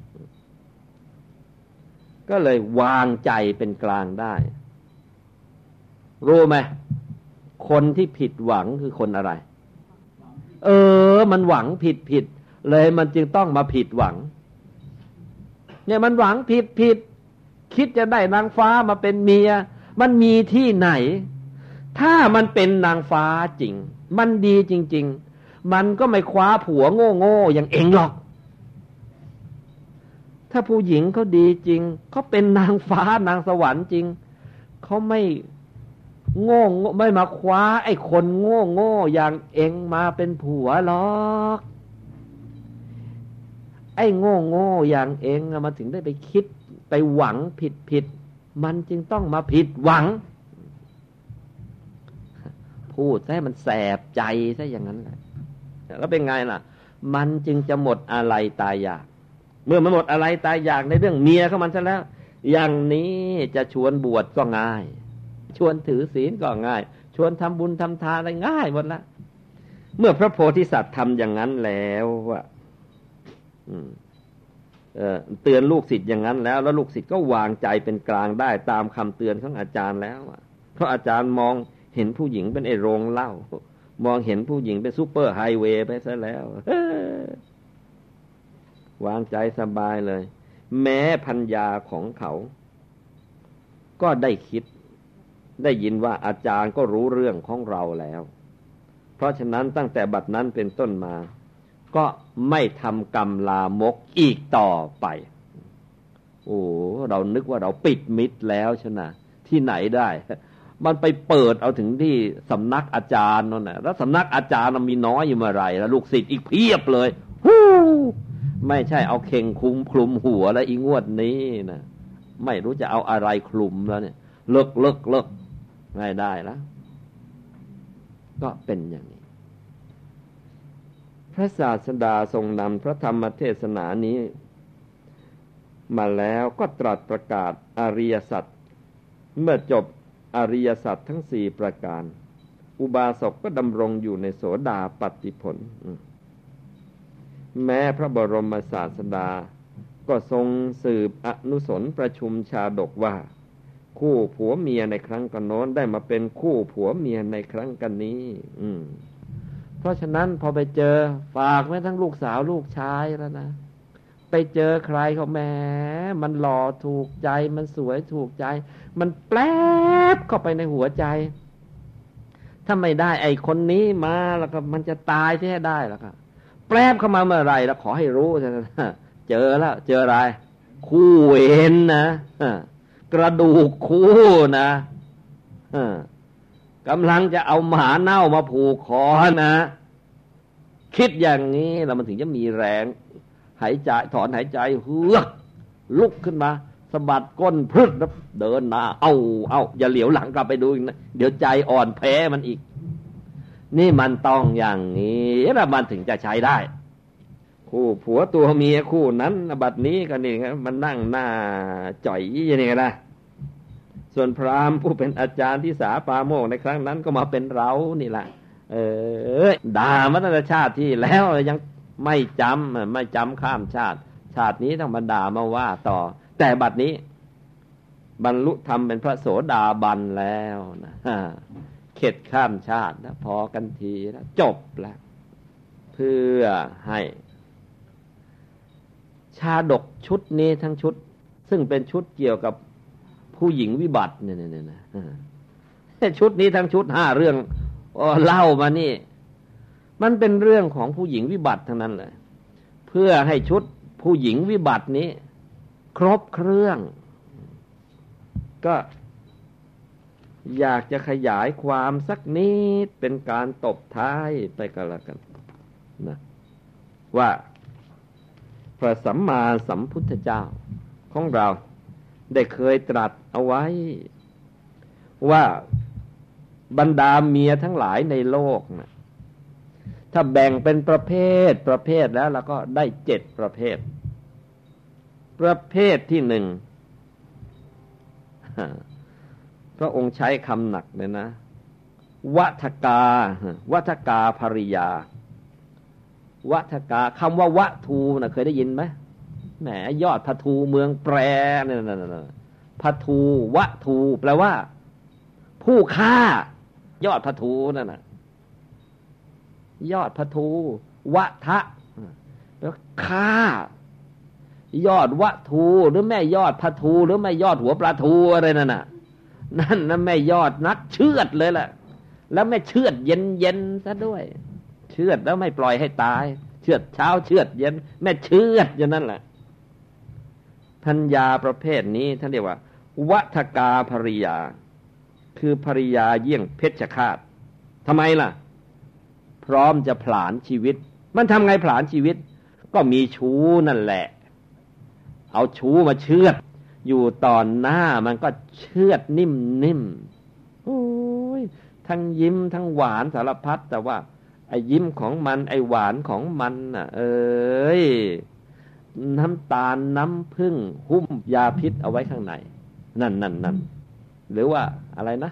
ก็เลยวางใจเป็นกลางได้รู้ไหมคนที่ผิดหวังคือคนอะไรเออมันหวังผิดผิดเลยมันจึงต้องมาผิดหวังเนี่ยมันหวังผิดผิดคิดจะได้นางฟ้ามาเป็นเมียมันมีที่ไหนถ้ามันเป็นนางฟ้าจริงมันดีจริงๆมันก็ไม่คว้าผัวโง่ๆอย่างเองหรอกถ้าผู้หญิงเขาดีจริงเขาเป็นนางฟ้านางสวรรค์จริงเขาไม่โง่ไม่มาคว้าไอ้คนโง่โง่อย่างเองมาเป็นผัวหรอกไอ้โง่โง่อย่างเองมาถึงได้ไปคิดไปหวังผิดผิดมันจึงต้องมาผิดหวังพูดให้มันแสบใจซะอย่างนั้นแหละแล้วเป็นไงล่ะมันจึงจะหมดอะไรตายอยากเมื่อมันหมดอะไรตายอยากในเรื่องเมียของมันซะแล้วอย่างนี้จะชวนบวชก็ง่ายชวนถือศีลก็ง่ายชวนทำบุญทำทานอะไรง่ายหมดละเมื่อพระโพธิสัตว์ทำอย่างนั้นแล้วว่าเอ่อเตือนลูกศิษย์อย่างนั้นแล้วแล้วลูกศิษย์ก็วางใจเป็นกลางได้ตามคำเตือนของอาจารย์แล้วเพราะอาจารย์มองเห็นผู้หญิงเป็นไอ้โรงเหล้ามองเห็นผู้หญิงเป็นซูเปอร์ไฮเวย์ไปซะแล้ววางใจสบายเลยแม้พัญญาของเขาก็ได้คิดได้ยินว่าอาจารย์ก็รู้เรื่องของเราแล้วเพราะฉะนั้นตั้งแต่บัดนั้นเป็นต้นมาก็ไม่ทำกรรมลามกอีกต่อไปโอ้เรานึกว่าเราปิดมิตรแล้วชนะที่ไหนได้มันไปเปิดเอาถึงที่สำนักอาจารย์นั่นแหละแล้วสำนักอาจารย์มีน้อยอยู่เมื่อไรแล้วลูกศิษย์อีกเพียบเลยฮู้ไม่ใช่เอาเข่งคลุมคลุมหัวแล้วอีงวดนี้นะไม่รู้จะเอาอะไรคลุมแล้วเนี่ยเลิกเลิกเลิกไม่ได้แล้วก็เป็นอย่างนี้พระศาสดาทรงนำพระธรรมเทศนานี้มาแล้วก็ตรัสประกาศอริยสัจเมื่อจบอริยสัจทั้งสี่ประการอุบาสกก็ดำรงอยู่ในโสดาปัตติผลแม้พระบรมศาสดาก็ทรงสืบอนุสรณ์ประชุมชาดกว่าคู่ผัวเมียในครั้งก่อนโน้นได้มาเป็นคู่ผัวเมียในครั้งกันนี้อืมเพราะฉะนั้นพอไปเจอฝากไว้ทั้งลูกสาวลูกชายแล้วนะไปเจอใครเขาแหมมันหล่อถูกใจมันสวยถูกใจมันแปลบเข้าไปในหัวใจถ้าไม่ได้ไอ้คนนี้มาแล้วก็มันจะตายที่ให้ได้แล้วก็แปลบเข้ามาเมื่อไรแล้วขอให้รู้เจอแล้วเจออะไรคู่เวรนะกระดูกคู่นะกำลังจะเอาหมาเน่ามาผูกคอนะคิดอย่างนี้แล้วมันถึงจะมีแรงหายใจถอนหายใจเฮือกลุกขึ้นมาสะบัดก้นพรึดแล้วเดินหน้าเอาเอาอย่าเหลียวหลังกลับไปดูอีกนะเดี๋ยวใจอ่อนแพ้มันอีกนี่มันต้องอย่างนี้แล้วมันถึงจะใช้ได้คู่ผัวตัวเมียคู่นั้นบัดนี้ก็นี่ครับมันนั่งหน้าจ่อยอย่างนี้ก็ได้ส่วนพราหมณ์ผู้เป็นอาจารย์ที่สาปาโมกข์ในครั้งนั้นก็มาเป็นเรานี่แหละเออด่ามาตั้งแต่ชาติที่แล้วยังไม่จำไม่จำข้ามชาติชาตินี้ต้องมาด่ามาว่าต่อแต่บัดนี้บรรลุธรรมเป็นพระโสดาบันแล้วนะเข็ดข้ามชาตินะพอกันทีแล้วจบแล้วเพื่อให้ชาดกชุดนี้ทั้งชุดซึ่งเป็นชุดเกี่ยวกับผู้หญิงวิบัติเนี่ยเนี่ยนะชุดนี้ทั้งชุดห้าเรื่องเล่ามานี่มันเป็นเรื่องของผู้หญิงวิบัติทั้งนั้นเลยเพื่อให้ชุดผู้หญิงวิบัตินี้ครบเครื่องก็อยากจะขยายความสักนิดเป็นการตบท้ายไปกันละกันนะว่าพระสัมมาสัมพุทธเจ้าของเราได้เคยตรัสเอาไว้ว่าบรรดาเมียทั้งหลายในโลกนะถ้าแบ่งเป็นประเภทประเภทแล้วเราก็ได้เจ็ดประเภทประเภทที่หนึ่งพระองค์ใช้คำหนักเลยนะวัฏกาวัฏกาภริยาวัฏกาคำว่าวัทูนะเคยได้ยินไหมแหมยอดพะทูเมืองแปรเนี่ยพะทูวัทูแปลว่าผู้ฆ่ายอดพะทูนั่นน่ะยอดพะทูวัทะแปลว่าฆ่ายอดวัทูหรือแม่ยอดพะทูหรือแม่ยอดหัวปลาทูอะไรนั่นน่ะนั่นนะแม่ยอดนักเชือดเลยแหละแล้วแม่เชือดเย็นเย็นซะด้วยเชือดแล้วไม่ปล่อยให้ตายเชือดเช้าเชือดเย็นแม่เชือดอย่างนั้นแหละพัญญาประเภทนี้ท่านเรียกว่าวัฏกาภริยาคือภริยาเยี่ยงเพชฌฆาตทำไมล่ะพร้อมจะผลาญชีวิตมันทำไงผลาญชีวิตก็มีชู้นั่นแหละเอาชู้มาเชือดอยู่ตอนหน้ามันก็เชือดนิ่มๆโอ้ยทั้งยิ้มทั้งหวานสารพัดแต่ว่าไอ้ยิ้มของมันไอ้หวานของมันน่ะเอ้ยน้ำตาลน้ำผึ้งหุ้มยาพิษเอาไว้ข้างในนั่นนั่นนั่นหรือว่าอะไรนะ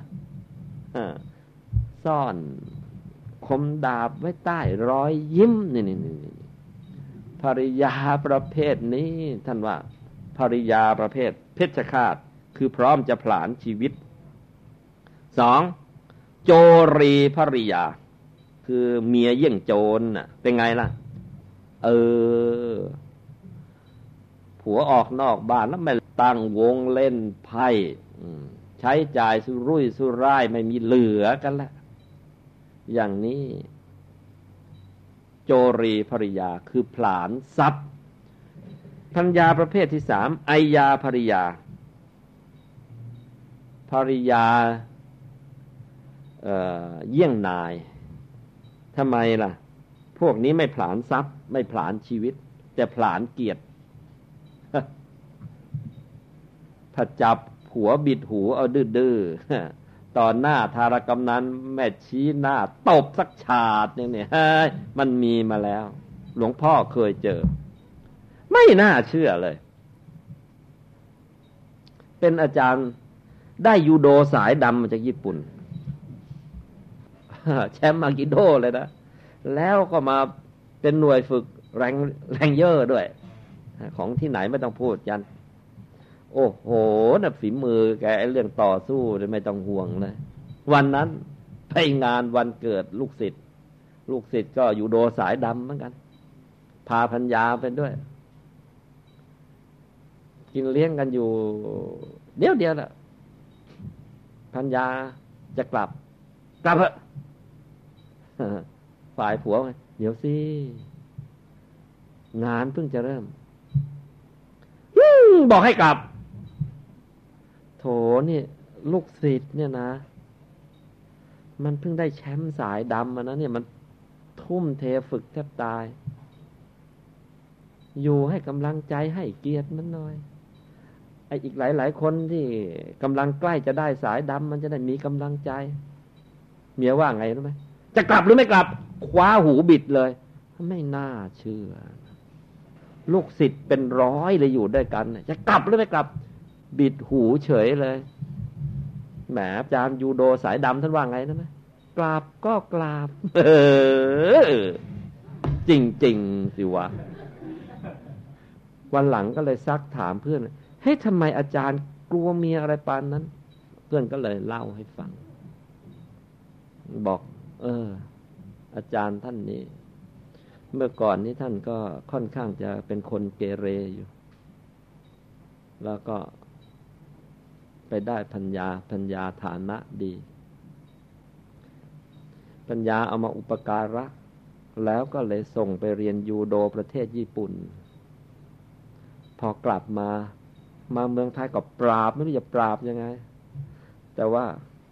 ซ่อนคมดาบไว้ใต้รอยยิ้มนี่นี่นี่ภริยาประเภทนี้ท่านว่าภริยาประเภทเพชฌฆาตคือพร้อมจะผลาญชีวิตสองโจรีภริยาคือเมียเยี่ยงโจรน่ะเป็นไงล่ะเออผัวออกนอกบ้านแล้วไม่ตั้งวงเล่นไพ่ใช้จ่ายสุรุ่ยสุร่ายไม่มีเหลือกันละอย่างนี้โจรีภริยาคือผลาญทรัพย์ภรรยาประเภทที่สามไอยาภริยาภริยาเอ่อเยี่ยงนายทำไมล่ะพวกนี้ไม่ผลาญทรัพย์ไม่ผลาญชีวิตแต่ผลาญเกียรติถ้าจับหัวบิดหูเอาดื้อๆตอนหน้าธารกำนันแม่ชี้หน้าตบสักฉาดนึงเนี่ยมันมีมาแล้วหลวงพ่อเคยเจอไม่น่าเชื่อเลยเป็นอาจารย์ได้ยูโดสายดำมาจากญี่ปุ่นแชมป์มากิโดเลยนะแล้วก็มาเป็นหน่วยฝึกแรงแรงเยอร์ด้วยของที่ไหนไม่ต้องพูดยันโอ้โหน่ะฝีมือแกเรื่องต่อสู้ไม่ต้องห่วงเลยวันนั้นไปงานวันเกิดลูกศิษย์ลูกศิษย์ก็ยูโดสายดำเหมือนกันพาภรรยาเป็นด้วยกินเลี้ยงกันอยู่เดี๋ยวเดียวแหละภรรยาจะกลับกลับเถอะฝ่ายผัวเดี๋ยวสิงานเพิ่งจะเริ่มบอกให้กลับโถนี่ลูกศิษย์เนี่ยนะมันเพิ่งได้แชมป์สายดำมานะเนี่ยมันทุ่มเทฝึกแทบตายอยู่ให้กำลังใจให้เกียรติมันหน่อยไอ้อีกหลายๆคนที่กำลังใกล้จะได้สายดำมันจะได้มีกำลังใจเมียว่าไงรู้ไหมจะกลับหรือไม่กลับคว้าหูบิดเลยไม่น่าเชื่อลูกศิษย์เป็นร้อยเลยอยู่ด้วยกันจะกลับหรือไม่กลับบิดหูเฉยเลยแหมอาจารย์ยูโดสายดำท่านว่าไงนะไหมกราบก็กราบเออจริงๆสิวะวันหลังก็เลยซักถามเพื่อนเฮ้ยทำไมอาจารย์กลัวเมียอะไรปานนั้นเพื่อนก็เลยเล่าให้ฟังบอกเอออาจารย์ท่านนี้เมื่อก่อนนี้ท่านก็ค่อนข้างจะเป็นคนเกเรอยู่แล้วก็ไปได้ปัญญาปัญญาฐานะดีปัญญาเอามาอุปการะแล้วก็เลยส่งไปเรียนยูโดประเทศญี่ปุ่นพอกลับมามาเมืองไทยก็ปราบไม่รู้จะปราบยังไงแต่ว่า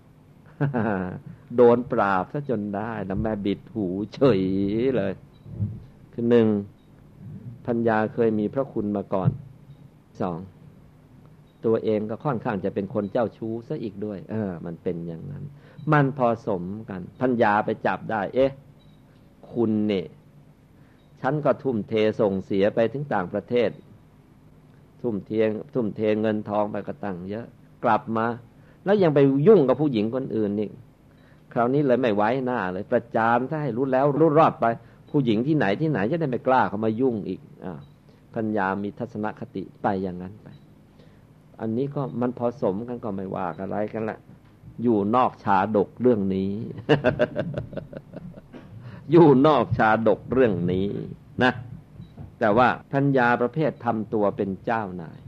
โดนปราบซะจนได้นะแม่บิดหูเฉยเลยคือหนึ่งปัญญาเคยมีพระคุณมาก่อนสองตัวเองก็ค่อนข้างจะเป็นคนเจ้าชู้ซะอีกด้วยเออมันเป็นอย่างนั้นมันพอสมกันปัญญาไปจับได้เอ๊ะคุณเนี่ยฉันก็ทุ่มเทส่งเสียไปถึงต่างประเทศทุ่มเททุ่มเทเงินทองไปก็ตั้งเยอะกลับมาแล้วยังไปยุ่งกับผู้หญิงคนอื่นนี่คราวนี้เลยไม่ไว้หน้าเลยประจานถ้าให้รู้แล้วรู้รอดไปผู้หญิงที่ไหนที่ไหนจะได้ไม่กล้าเข้ามายุ่งอีกอ่าปัญญามีทัศนคติไปอย่างนั้นไปอันนี้ก็มันพอสมกันก็ไม่ว่าอะไรกันละอยู่นอกชาดกเรื่องนี้ อยู่นอกชาดกเรื่องนี้นะแต่ว่าปัญญาประเภททำตัวเป็นเจ้านาย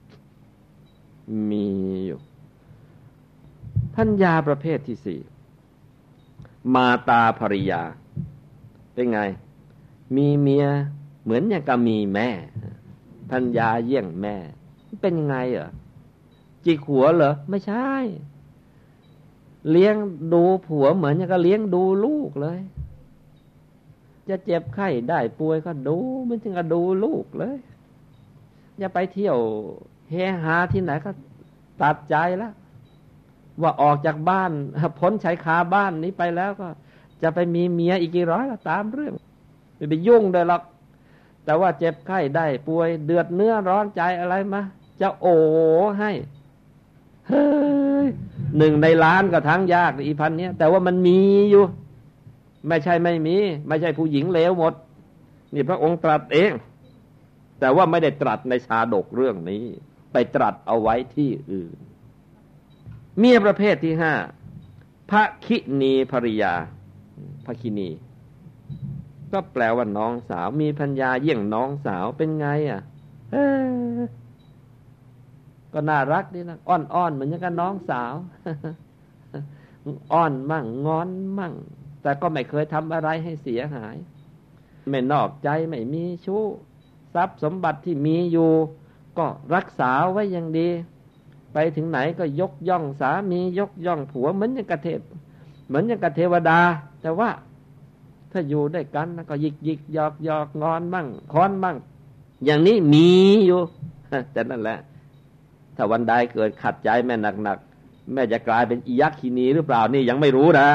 มีอยู่ปัญญาประเภทที่สี่มาตาภริยาเป็นไงมีเมียเหมือนอย่างกับมีแม่ปัญญาเยี่ยงแม่เป็นไงเหรอจิกหัวเหรอไม่ใช่เลี้ยงดูผัวเหมือนอย่างกับเลี้ยงดูลูกเลยจะเจ็บไข้ได้ป่วยก็ดูมันจึงก็ดูลูกเลยอย่าไปเที่ยวเฮฮาที่ไหนก็ตัดใจแล้วว่าออกจากบ้านพ้นชายคาบ้านนี้ไปแล้วก็จะไปมีเมียอีกกี่ร้อยละตามเรื่องไม่ไปยุ่งเลยหรอกแต่ว่าเจ็บไข้ได้ป่วยเดือดเนื้อร้อนใจอะไรมาจะโอ้ให้เฮ้ยหนึ่งในล้านก็ทั้งยากอีพันเนี้ยแต่ว่ามันมีอยู่ไม่ใช่ไม่มีไม่ใช่ผู้หญิงเลวหมดนี่พระองค์ตรัสเองแต่ว่าไม่ได้ตรัสในชาดกเรื่องนี้ไปตรัสเอาไว้ที่อื่นเมียประเภทที่ห้าภคินีภริยาภคินีก็แปลว่าน้องสาวมีภรรยาเยี่ยงน้องสาวเป็นไงอ่ะเออก็ก็น่ารักดีนะอ้อนๆเหมือนกับน้องสาวอ้อนมั่งงอนมั่งแต่ก็ไม่เคยทำอะไรให้เสียหายไม่นอกใจไม่มีชู้ทรัพย์สมบัติที่มีอยู่ก็รักษาไว้อย่างดีไปถึงไหนก็ยกย่องสามียกย่องผัวเหมือนอย่างกเทพเหมือนอย่างกเทวดาแต่ว่าถ้าอยู่ด้วยกันก็ยิกยิกหยอกหยอกงอนมั่งค้อนมั่งอย่างนี้มีอยู่แต่นั่นแหละถ้าวันใดเกิดขัดใจแม่หนักๆแม่จะกลายเป็นอียักษ์ขีนีหรือเปล่านี่ยังไม่รู้นะ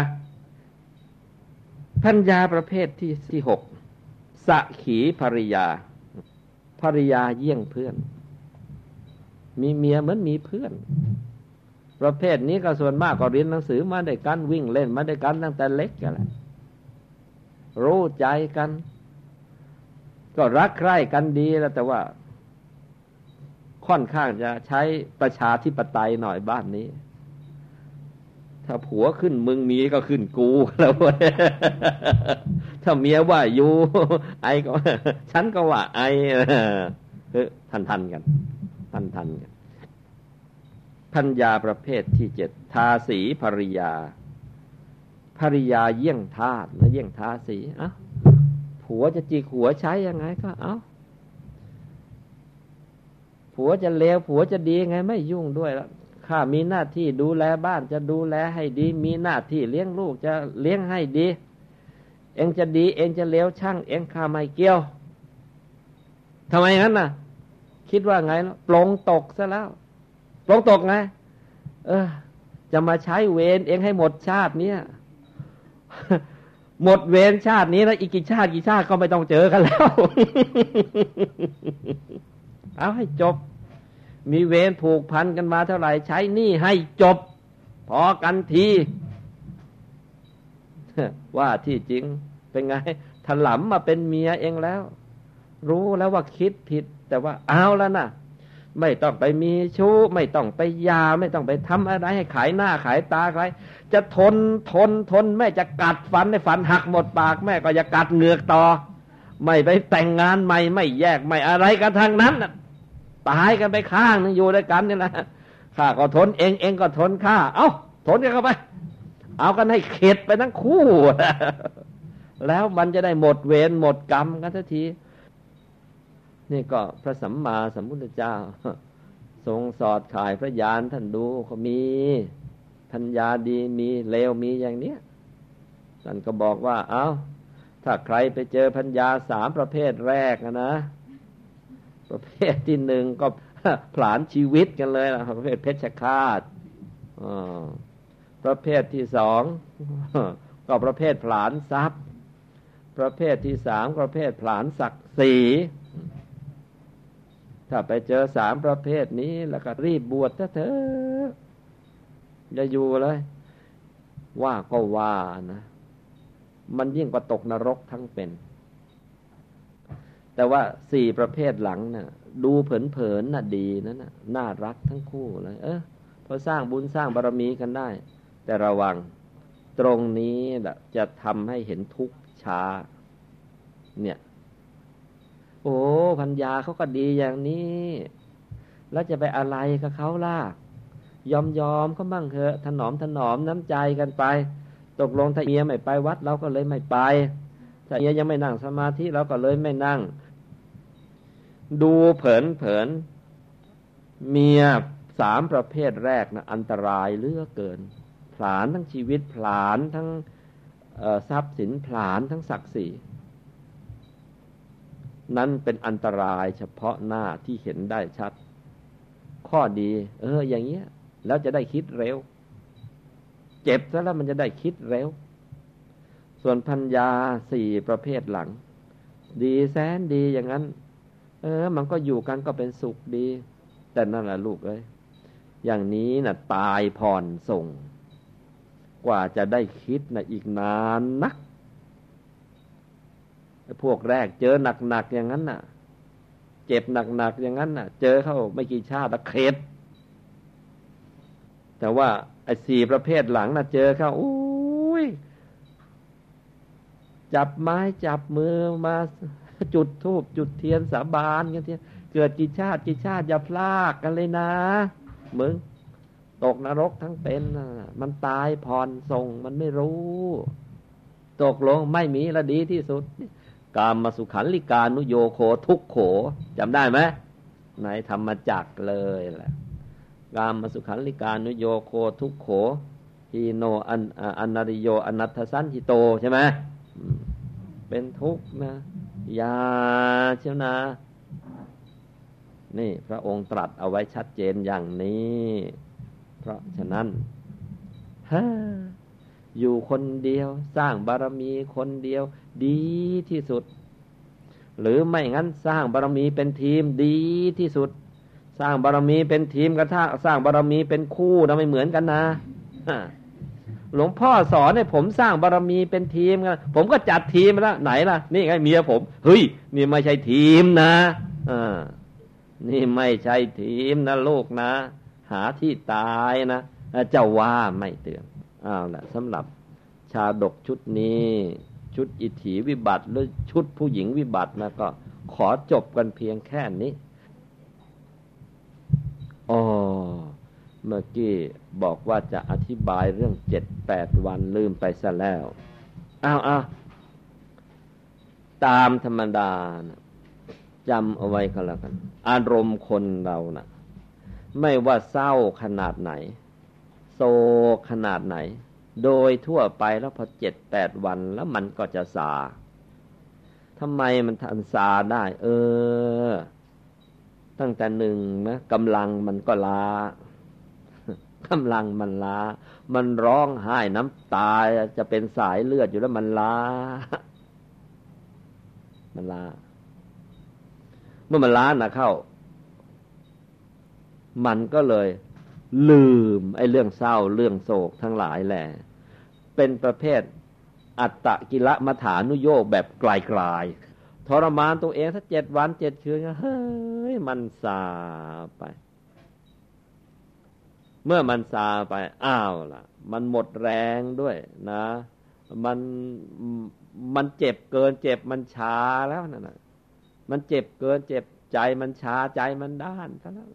พัญญาประเภทที่ที่หกสักขีภริยาภริยาเยี่ยงเพื่อนมีเมียเหมือนมีเพื่อนประเภทนี้ก็ส่วนมากก็เรียนหนังสือมาด้วยกันวิ่งเล่นมาด้วยกันตั้งแต่เล็กกันแหละรู้ใจกันก็รักใคร่กันดีแล้วแต่ว่าค่อนข้างจะใช้ประชาธิปไตยหน่อยบ้านนี้ถ้าผัวขึ้นมึงเมียก็ขึ้นกูแล้วเว้ยถ้าเมียว่าอยู่ไอก็ฉันก็ว่าไอเออทันทันกันทันทันกันพัญญาประเภทที่เจ็ดทาสีภริยาภริยาเยี่ยงทาสนะเยี่ยงทาสีเอ้าผัวจะจิกหัวใช้ยังไงก็เอ้าผัวจะเลวผัวจะดีไงไม่ยุ่งด้วยแล้วข้ามีหน้าที่ดูแลบ้านจะดูแลให้ดีมีหน้าที่เลี้ยงลูกจะเลี้ยงให้ดีเองจะดีเองจะเลวช่างเองข้าไม่เกี่ยวทำไมงั้นน่ะคิดว่าไงเนาะปลงตกซะแล้วปลงตกไงเออจะมาใช้เวรเองให้หมดชาติเนี้ยหมดเวรชาตินี้แล้วอีกกี่ชาติกี่ชาติก็ไม่ต้องเจอกันแล้วเอาให้จบมีเวรผูกพันกันมาเท่าไหร่ใช้หนี้ให้จบพอกันทีว่าที่จริงเป็นไงถลำมาเป็นเมียเองแล้วรู้แล้วว่าคิดผิดแต่ว่าเอาแล้วนะไม่ต้องไปมีชู้ไม่ต้องไปยาไม่ต้องไปทำอะไรให้ขายหน้าขายตาใครจะทนทนทนแม่จะกัดฟันให้ฟันหักหมดปากแม่ก็จะกัดเหงือกต่อไม่ไปแต่งงานใหม่ไม่แยกไม่อะไรกันทางนั้นตายกันไปข้างนึงอยู่ด้วยกันนี่แหละข้าก็ทนเองเองก็ทนข้าเอ้าทนกันเข้าไปเอากันให้เข็ดไปทั้งคู่แล้วมันจะได้หมดเวรหมดกรรมกันทันทีนี่ก็พระสัมมาสัมพุทธเจ้าทรงสอดข่ายพระญาณท่านดูเขามีพัญญาดีมีเลวมีอย่างเนี้ยท่านก็บอกว่าเอ้าถ้าใครไปเจอพัญญาสามประเภทแรกนะประเภทที่หนึ่งก็ผลาญชีวิตกันเลยนะประเภทเพชฌฆาตประเภทที่สองก็ประเภทผลาญทรัพย์ประเภทที่สามประเภทผลาญศักดิ์ศรีถ้าไปเจอสามประเภทนี้แล้วก็รีบบวชซะเถอะอย่าอยู่เลยว่าก็ว่านะมันยิ่งกว่าตกนรกทั้งเป็นแต่ว่าสี่ประเภทหลังน่ะดูเผินๆน่ะดีนั่นน่ะน่ารักทั้งคู่เลยเออพอสร้างบุญสร้างบารมีกันได้แต่ระวังตรงนี้แหละจะทำให้เห็นทุกข์ช้าเนี่ยโอ้พัญญาเขาก็ดีอย่างนี้แล้วจะไปอะไรกับเขาล่ะยอมยอมเขาบ้างเถอะถนอมถนอมน้ำใจกันไปตกลงถ้าเมียไม่ไปวัดเราก็เลยไม่ไปถ้าเมียยังไม่นั่งสมาธิเราก็เลยไม่นั่งดูเผินเผินเมียสามประเภทแรกนะอันตรายเหลือเกินผลาญทั้งชีวิตผลาญทั้งทรัพย์สินผลาญทั้งศักดิ์ศรีนั้นเป็นอันตรายเฉพาะหน้าที่เห็นได้ชัดข้อดีเอออย่างเงี้ยแล้วจะได้คิดเร็วเจ็บซะแล้วมันจะได้คิดเร็วส่วนพัญญาสี่ประเภทหลังดีแสนดีอย่างนั้นเออมันก็อยู่กันก็เป็นสุขดีแต่นั่นแหละลูกเอ้ยอย่างนี้น่ะตายผ่อนส่งกว่าจะได้คิดน่ะอีกนานนักพวกแรกเจอหนักๆอย่างนั้นน่ะเจ็บหนักๆอย่างนั้นน่ะเจอเข้าไม่กี่ชาติละเข็ดแต่ว่าไอ้สี่ประเภทหลังน่ะเจอเข้าอุ้ยจับไม้จับมือมาจุดธูปจุดเทียนสาบานกันทีเกิดกี่ชาติกี่ชาติอย่าพลากกันเลยนะมึงตกนรกทั้งเป็นมันตายผ่อนส่งมันไม่รู้ตกลงไม่มีละดีที่สุดกามมาสุขันลิกานุโยโคทุกโขจำได้ไหมในธรรมจักรเลยแหละกามมาสุขันลิกานุโยโคทุกโขฮีโนอันอนาริโยอนัตถสันหิโตใช่ไหมเป็นทุกข์นะยาเชียวนะนี่พระองค์ตรัสเอาไว้ชัดเจนอย่างนี้เพราะฉะนั้นฮ่าอยู่คนเดียวสร้างบารมีคนเดียวดีที่สุดหรือไม่งั้นสร้างบารมีเป็นทีมดีที่สุดสร้างบารมีเป็นทีมกระทั่งสร้างบารมีเป็นคู่นะไม่เหมือนกันนะหลวงพ่อสอนให้ผมสร้างบารมีเป็นทีมกันผมก็จัดทีมแล้วไหนล่ะนี่ไงเมียผมเฮ้ยนี่ไม่ใช่ทีมนะอ่านี่ไม่ใช่ทีมนะลูกนะหาที่ตายนะเจ้าว่าไม่เตือนอ้าวละสำหรับชาดกชุดนี้ชุดอิทธิวิบัติหรือชุดผู้หญิงวิบัตินะก็ขอจบกันเพียงแค่นี้อ๋อเมื่อกี้บอกว่าจะอธิบายเรื่องเจ็ดแปดวันลืมไปซะแล้วอ้าวอ้าวตามธรรมดานะจำเอาไว้ก็แล้วกันอารมณ์คนเรานะไม่ว่าเศร้าขนาดไหนโศกขนาดไหนโดยทั่วไปแล้วพอเจ็ดแปดวันแล้วมันก็จะซาทำไมมันทันซาได้เออตั้งแต่หนึ่งนะกำลังมันก็ล้ากำลังมันล้ามันร้องไห้น้ำตาจะเป็นสายเลือดอยู่แล้วมันล้ามันล้าเมื่อมันล้านะเข้ามันก็เลยลืมไอ้เรื่องเศร้าเรื่องโศกทั้งหลายแหละเป็นประเภทอัตตกิลมัฏฐานุโยคแบบไกลๆทรมานตัวเองถ้าเจ็ดวันเจ็ดคืนเฮ้ยมันซาไปเมื่อมันซาไปอ้าวล่ะมันหมดแรงด้วยนะมันมันเจ็บเกินเจ็บมันชาแล้วนั่นน่ะมันเจ็บเกินเจ็บใจมันชาใจมันด้านซะแล้ว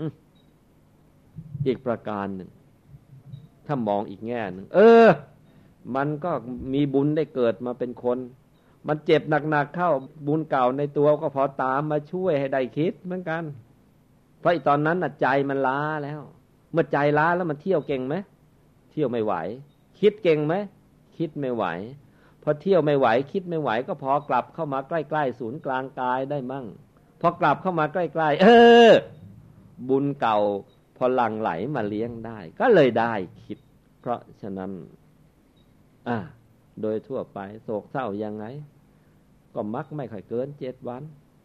อีกประการหนึ่งถ้ามองอีกแง่หนึ่งเออมันก็มีบุญได้เกิดมาเป็นคนมันเจ็บหนักๆเข้าบุญเก่าในตัวก็พอตามมาช่วยให้ได้คิดเหมือนกันเพราะอีตอนนั้นน่ะใจมันล้าแล้วเมื่อใจล้าแล้วมันเที่ยวเก่งไหมเที่ยวไม่ไหวคิดเก่งไหมคิดไม่ไหวพอเที่ยวไม่ไหวคิดไม่ไหวก็พอกลับเข้ามาใกล้ๆศูนย์กลางกายได้มั่งพอกลับเข้ามาใกล้ๆเออบุญเก่าพอหลั่งไหลมาเลี้ยงได้ก็เลยได้คิดเพราะฉะนั้นอ่าโดยทั่วไปโศกเศร้ายังไงก็มักไม่ค่อยเกินเจ็ดวัน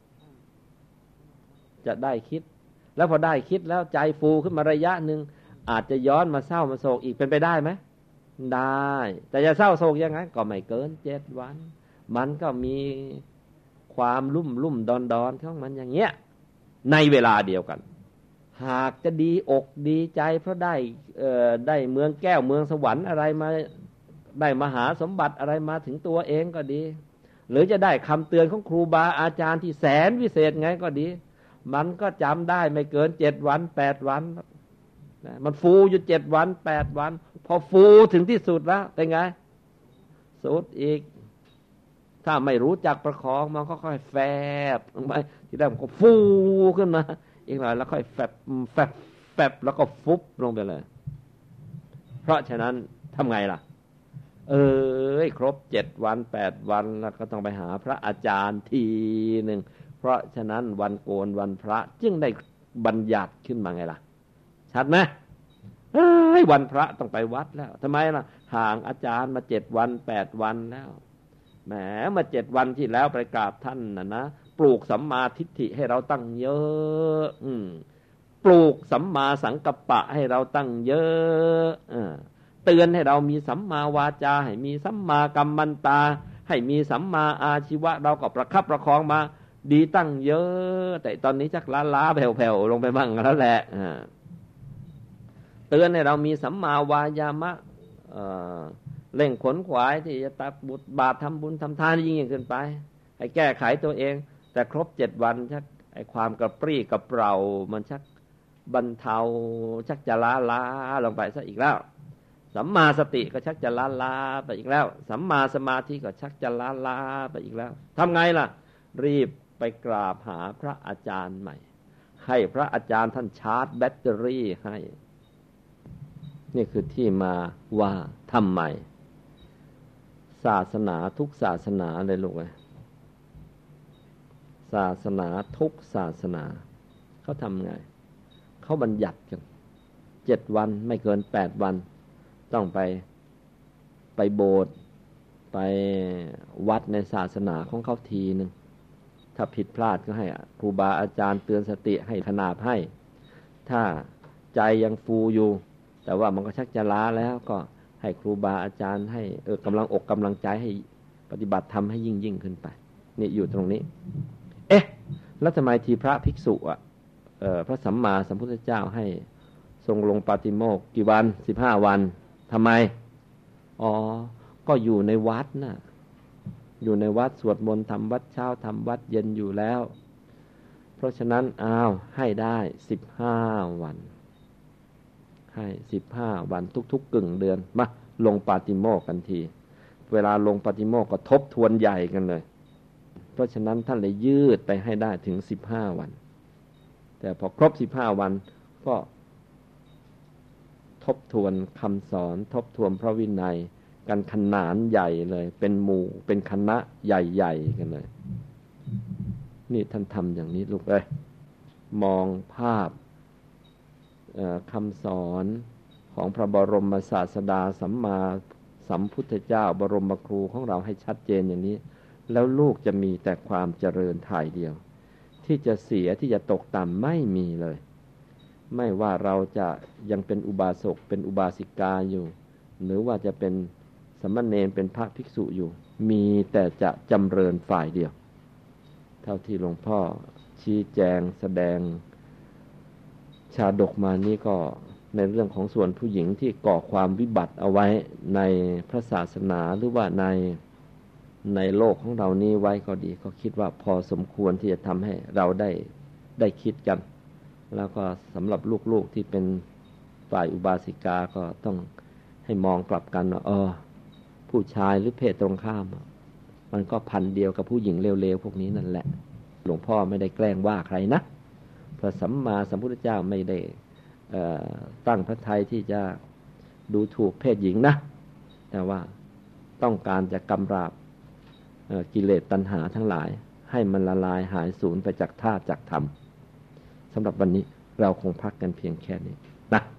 จะได้คิดแล้วพอได้คิดแล้วใจฟูขึ้นมาระยะหนึ่งอาจจะย้อนมาเศร้ามาโศกอีกเป็นไปได้ไหมได้แต่จะเศร้าโศกยังไงก็ไม่เกินเจ็ดวันมันก็มีความลุ่มลุ่มดอนดอนของมันอย่างเงี้ยในเวลาเดียวกันหากจะดีอกดีใจเพราะได้เอ่อได้เมืองแก้วเมืองสวรรค์อะไรมาได้มหาสมบัติอะไรมาถึงตัวเองก็ดีหรือจะได้คำเตือนของครูบาอาจารย์ที่แสนวิเศษไงก็ดีมันก็จำได้ไม่เกินเจ็ดวันแปดวันนะมันฟูอยู่เจ็ดวันแปดวันพอฟูถึงที่สุดแล้วเป็นไงสุดอีกถ้าไม่รู้จักประคองมันก็ค่อยแฟบลงไปที่แรกมันก็ฟูขึ้นมาอีกหน่อยแล้วค่อยแฟบแฟบแฟบแล้วก็ฟุบลงไปเลยเพราะฉะนั้นทำไงล่ะเออครบเจ็ดวันแปดวันแล้วก็ต้องไปหาพระอาจารย์ทีหนึ่งเพราะฉะนั้นวันโกนวันพระจึงได้บัญญัติขึ้นมาไงล่ะชัดไหมเอ้ยวันพระต้องไปวัดแล้วทำไมล่ะห่างอาจารย์มาเจ็ดวันแปดวันแล้วแหมมาเจ็ดวันที่แล้วไปกราบท่านน่ะนะปลูกสัมมาทิฏฐิให้เราตั้งเยอะอืมปลูกสัมมาสังกัปปะให้เราตั้งเยอะเออเตือนให้เรามีสัมมาวาจาให้มีสัมมากัมมันตาให้มีสัมมาอาชีวะเราก็ประคับประคองมาดีตั้งเยอะแต่ตอนนี้จักล้าล้าแผ่วๆลงไปบ้างแล้วแหละเตือนให้เรามีสัมมาวายามะเร่งขนขวายที่จะตักบุญบาตรทำบุญทำทานยิ่งยิ่งขึ้นไปให้แก้ไขตัวเองแต่ครบเจ็ดวันชักไอ้ความกระปรี้กระเปร่ามันชักบรรเทาชักจะล้าล้าลงไปซะอีกแล้วสัมมาสติก็ชักจะล้าล้าไปอีกแล้วสัมมาสมาธิก็ชักจะล้าล้าไปอีกแล้วทำไงล่ะรีบไปกราบหาพระอาจารย์ใหม่ให้พระอาจารย์ท่านชาร์จแบตเตอรี่ให้นี่คือที่มาว่าทำไมศาสนาทุกศาสนาเลยลูกเอ้ยศาสนาทุกศาสนาเขาทำไงเขาบัญญัติกันเจ็ดวันไม่เกินแปดวันต้องไปไปโบสถ์ไปวัดในศาสนาของเขาทีหนึ่งถ้าผิดพลาดก็ให้ครูบาอาจารย์เตือนสติให้ขนาบให้ถ้าใจยังฟูอยู่แต่ว่ามันก็ชักจะล้าแล้วก็ให้ครูบาอาจารย์ให้เออกำลังอกกำลังใจให้ปฏิบัติธรรมให้ยิ่งยิ่งขึ้นไปนี่อยู่ตรงนี้เอ๊ะแล้วทำไมทีพระภิกษุอ่ะเอ่อพระสัมมาสัมพุทธเจ้าให้ทรงลงปาติโมกข์กี่วันสิบห้าวันทำไมอ๋อก็อยู่ในวัดน่ะอยู่ในวัดสวดมนต์ทำวัดเช้าทำวัดเย็นอยู่แล้วเพราะฉะนั้นอ้าวให้ได้สิบห้าวันให้สิบห้าวันทุกๆกึ่งเดือนมาลงปาติโมกข์กันทีเวลาลงปาติโมกข์ก็ทบทวนใหญ่กันเลยเพราะฉะนั้นท่านเลยยืดไปให้ได้ถึงสิบห้าวันแต่พอครบสิบห้าวันก็ทบทวนคำสอนทบทวนพระวินัยกันขนานใหญ่เลยเป็นหมู่เป็นคณะใหญ่ๆกันเลยนี่ท่านทำอย่างนี้ลูกเอ้ยมองภาพคำสอนของพระบรมศาสดาสัมมาสัมพุทธเจ้าบรมครูของเราให้ชัดเจนอย่างนี้แล้วลูกจะมีแต่ความเจริญถ่ายเดียวที่จะเสียที่จะตกต่ำไม่มีเลยไม่ว่าเราจะยังเป็นอุบาสกเป็นอุบาสิกาอยู่หรือว่าจะเป็นสมณเณรเป็นพระภิกษุอยู่มีแต่จะจำเริญฝ่ายเดียวเท่าที่หลวงพ่อชี้แจงแสดงชาดกมานี่ก็ในเรื่องของส่วนผู้หญิงที่ก่อความวิบัติเอาไว้ในพระศาสนาหรือว่าในในโลกของเรานี้ไว้ก็ดีก็คิดว่าพอสมควรที่จะทำให้เราได้ได้คิดกันแล้วก็สำหรับลูกๆที่เป็นฝ่ายอุบาสิกาก็ต้องให้มองกลับกันว่าเออผู้ชายหรือเพศตรงข้ามมันก็พันเดียวกับผู้หญิงเลวๆพวกนี้นั่นแหละหลวงพ่อไม่ได้แกล้งว่าใครนะพระสัมมาสัมพุทธเจ้าไม่ได้ตั้งพระทัยที่จะดูถูกเพศหญิงนะแต่ว่าต้องการจะกำราบกิเลสตัณหาทั้งหลายให้มันละลายหายสูญไปจากธาตุจากธรรมสำหรับวันนี้เราคงพักกันเพียงแค่นี้นะ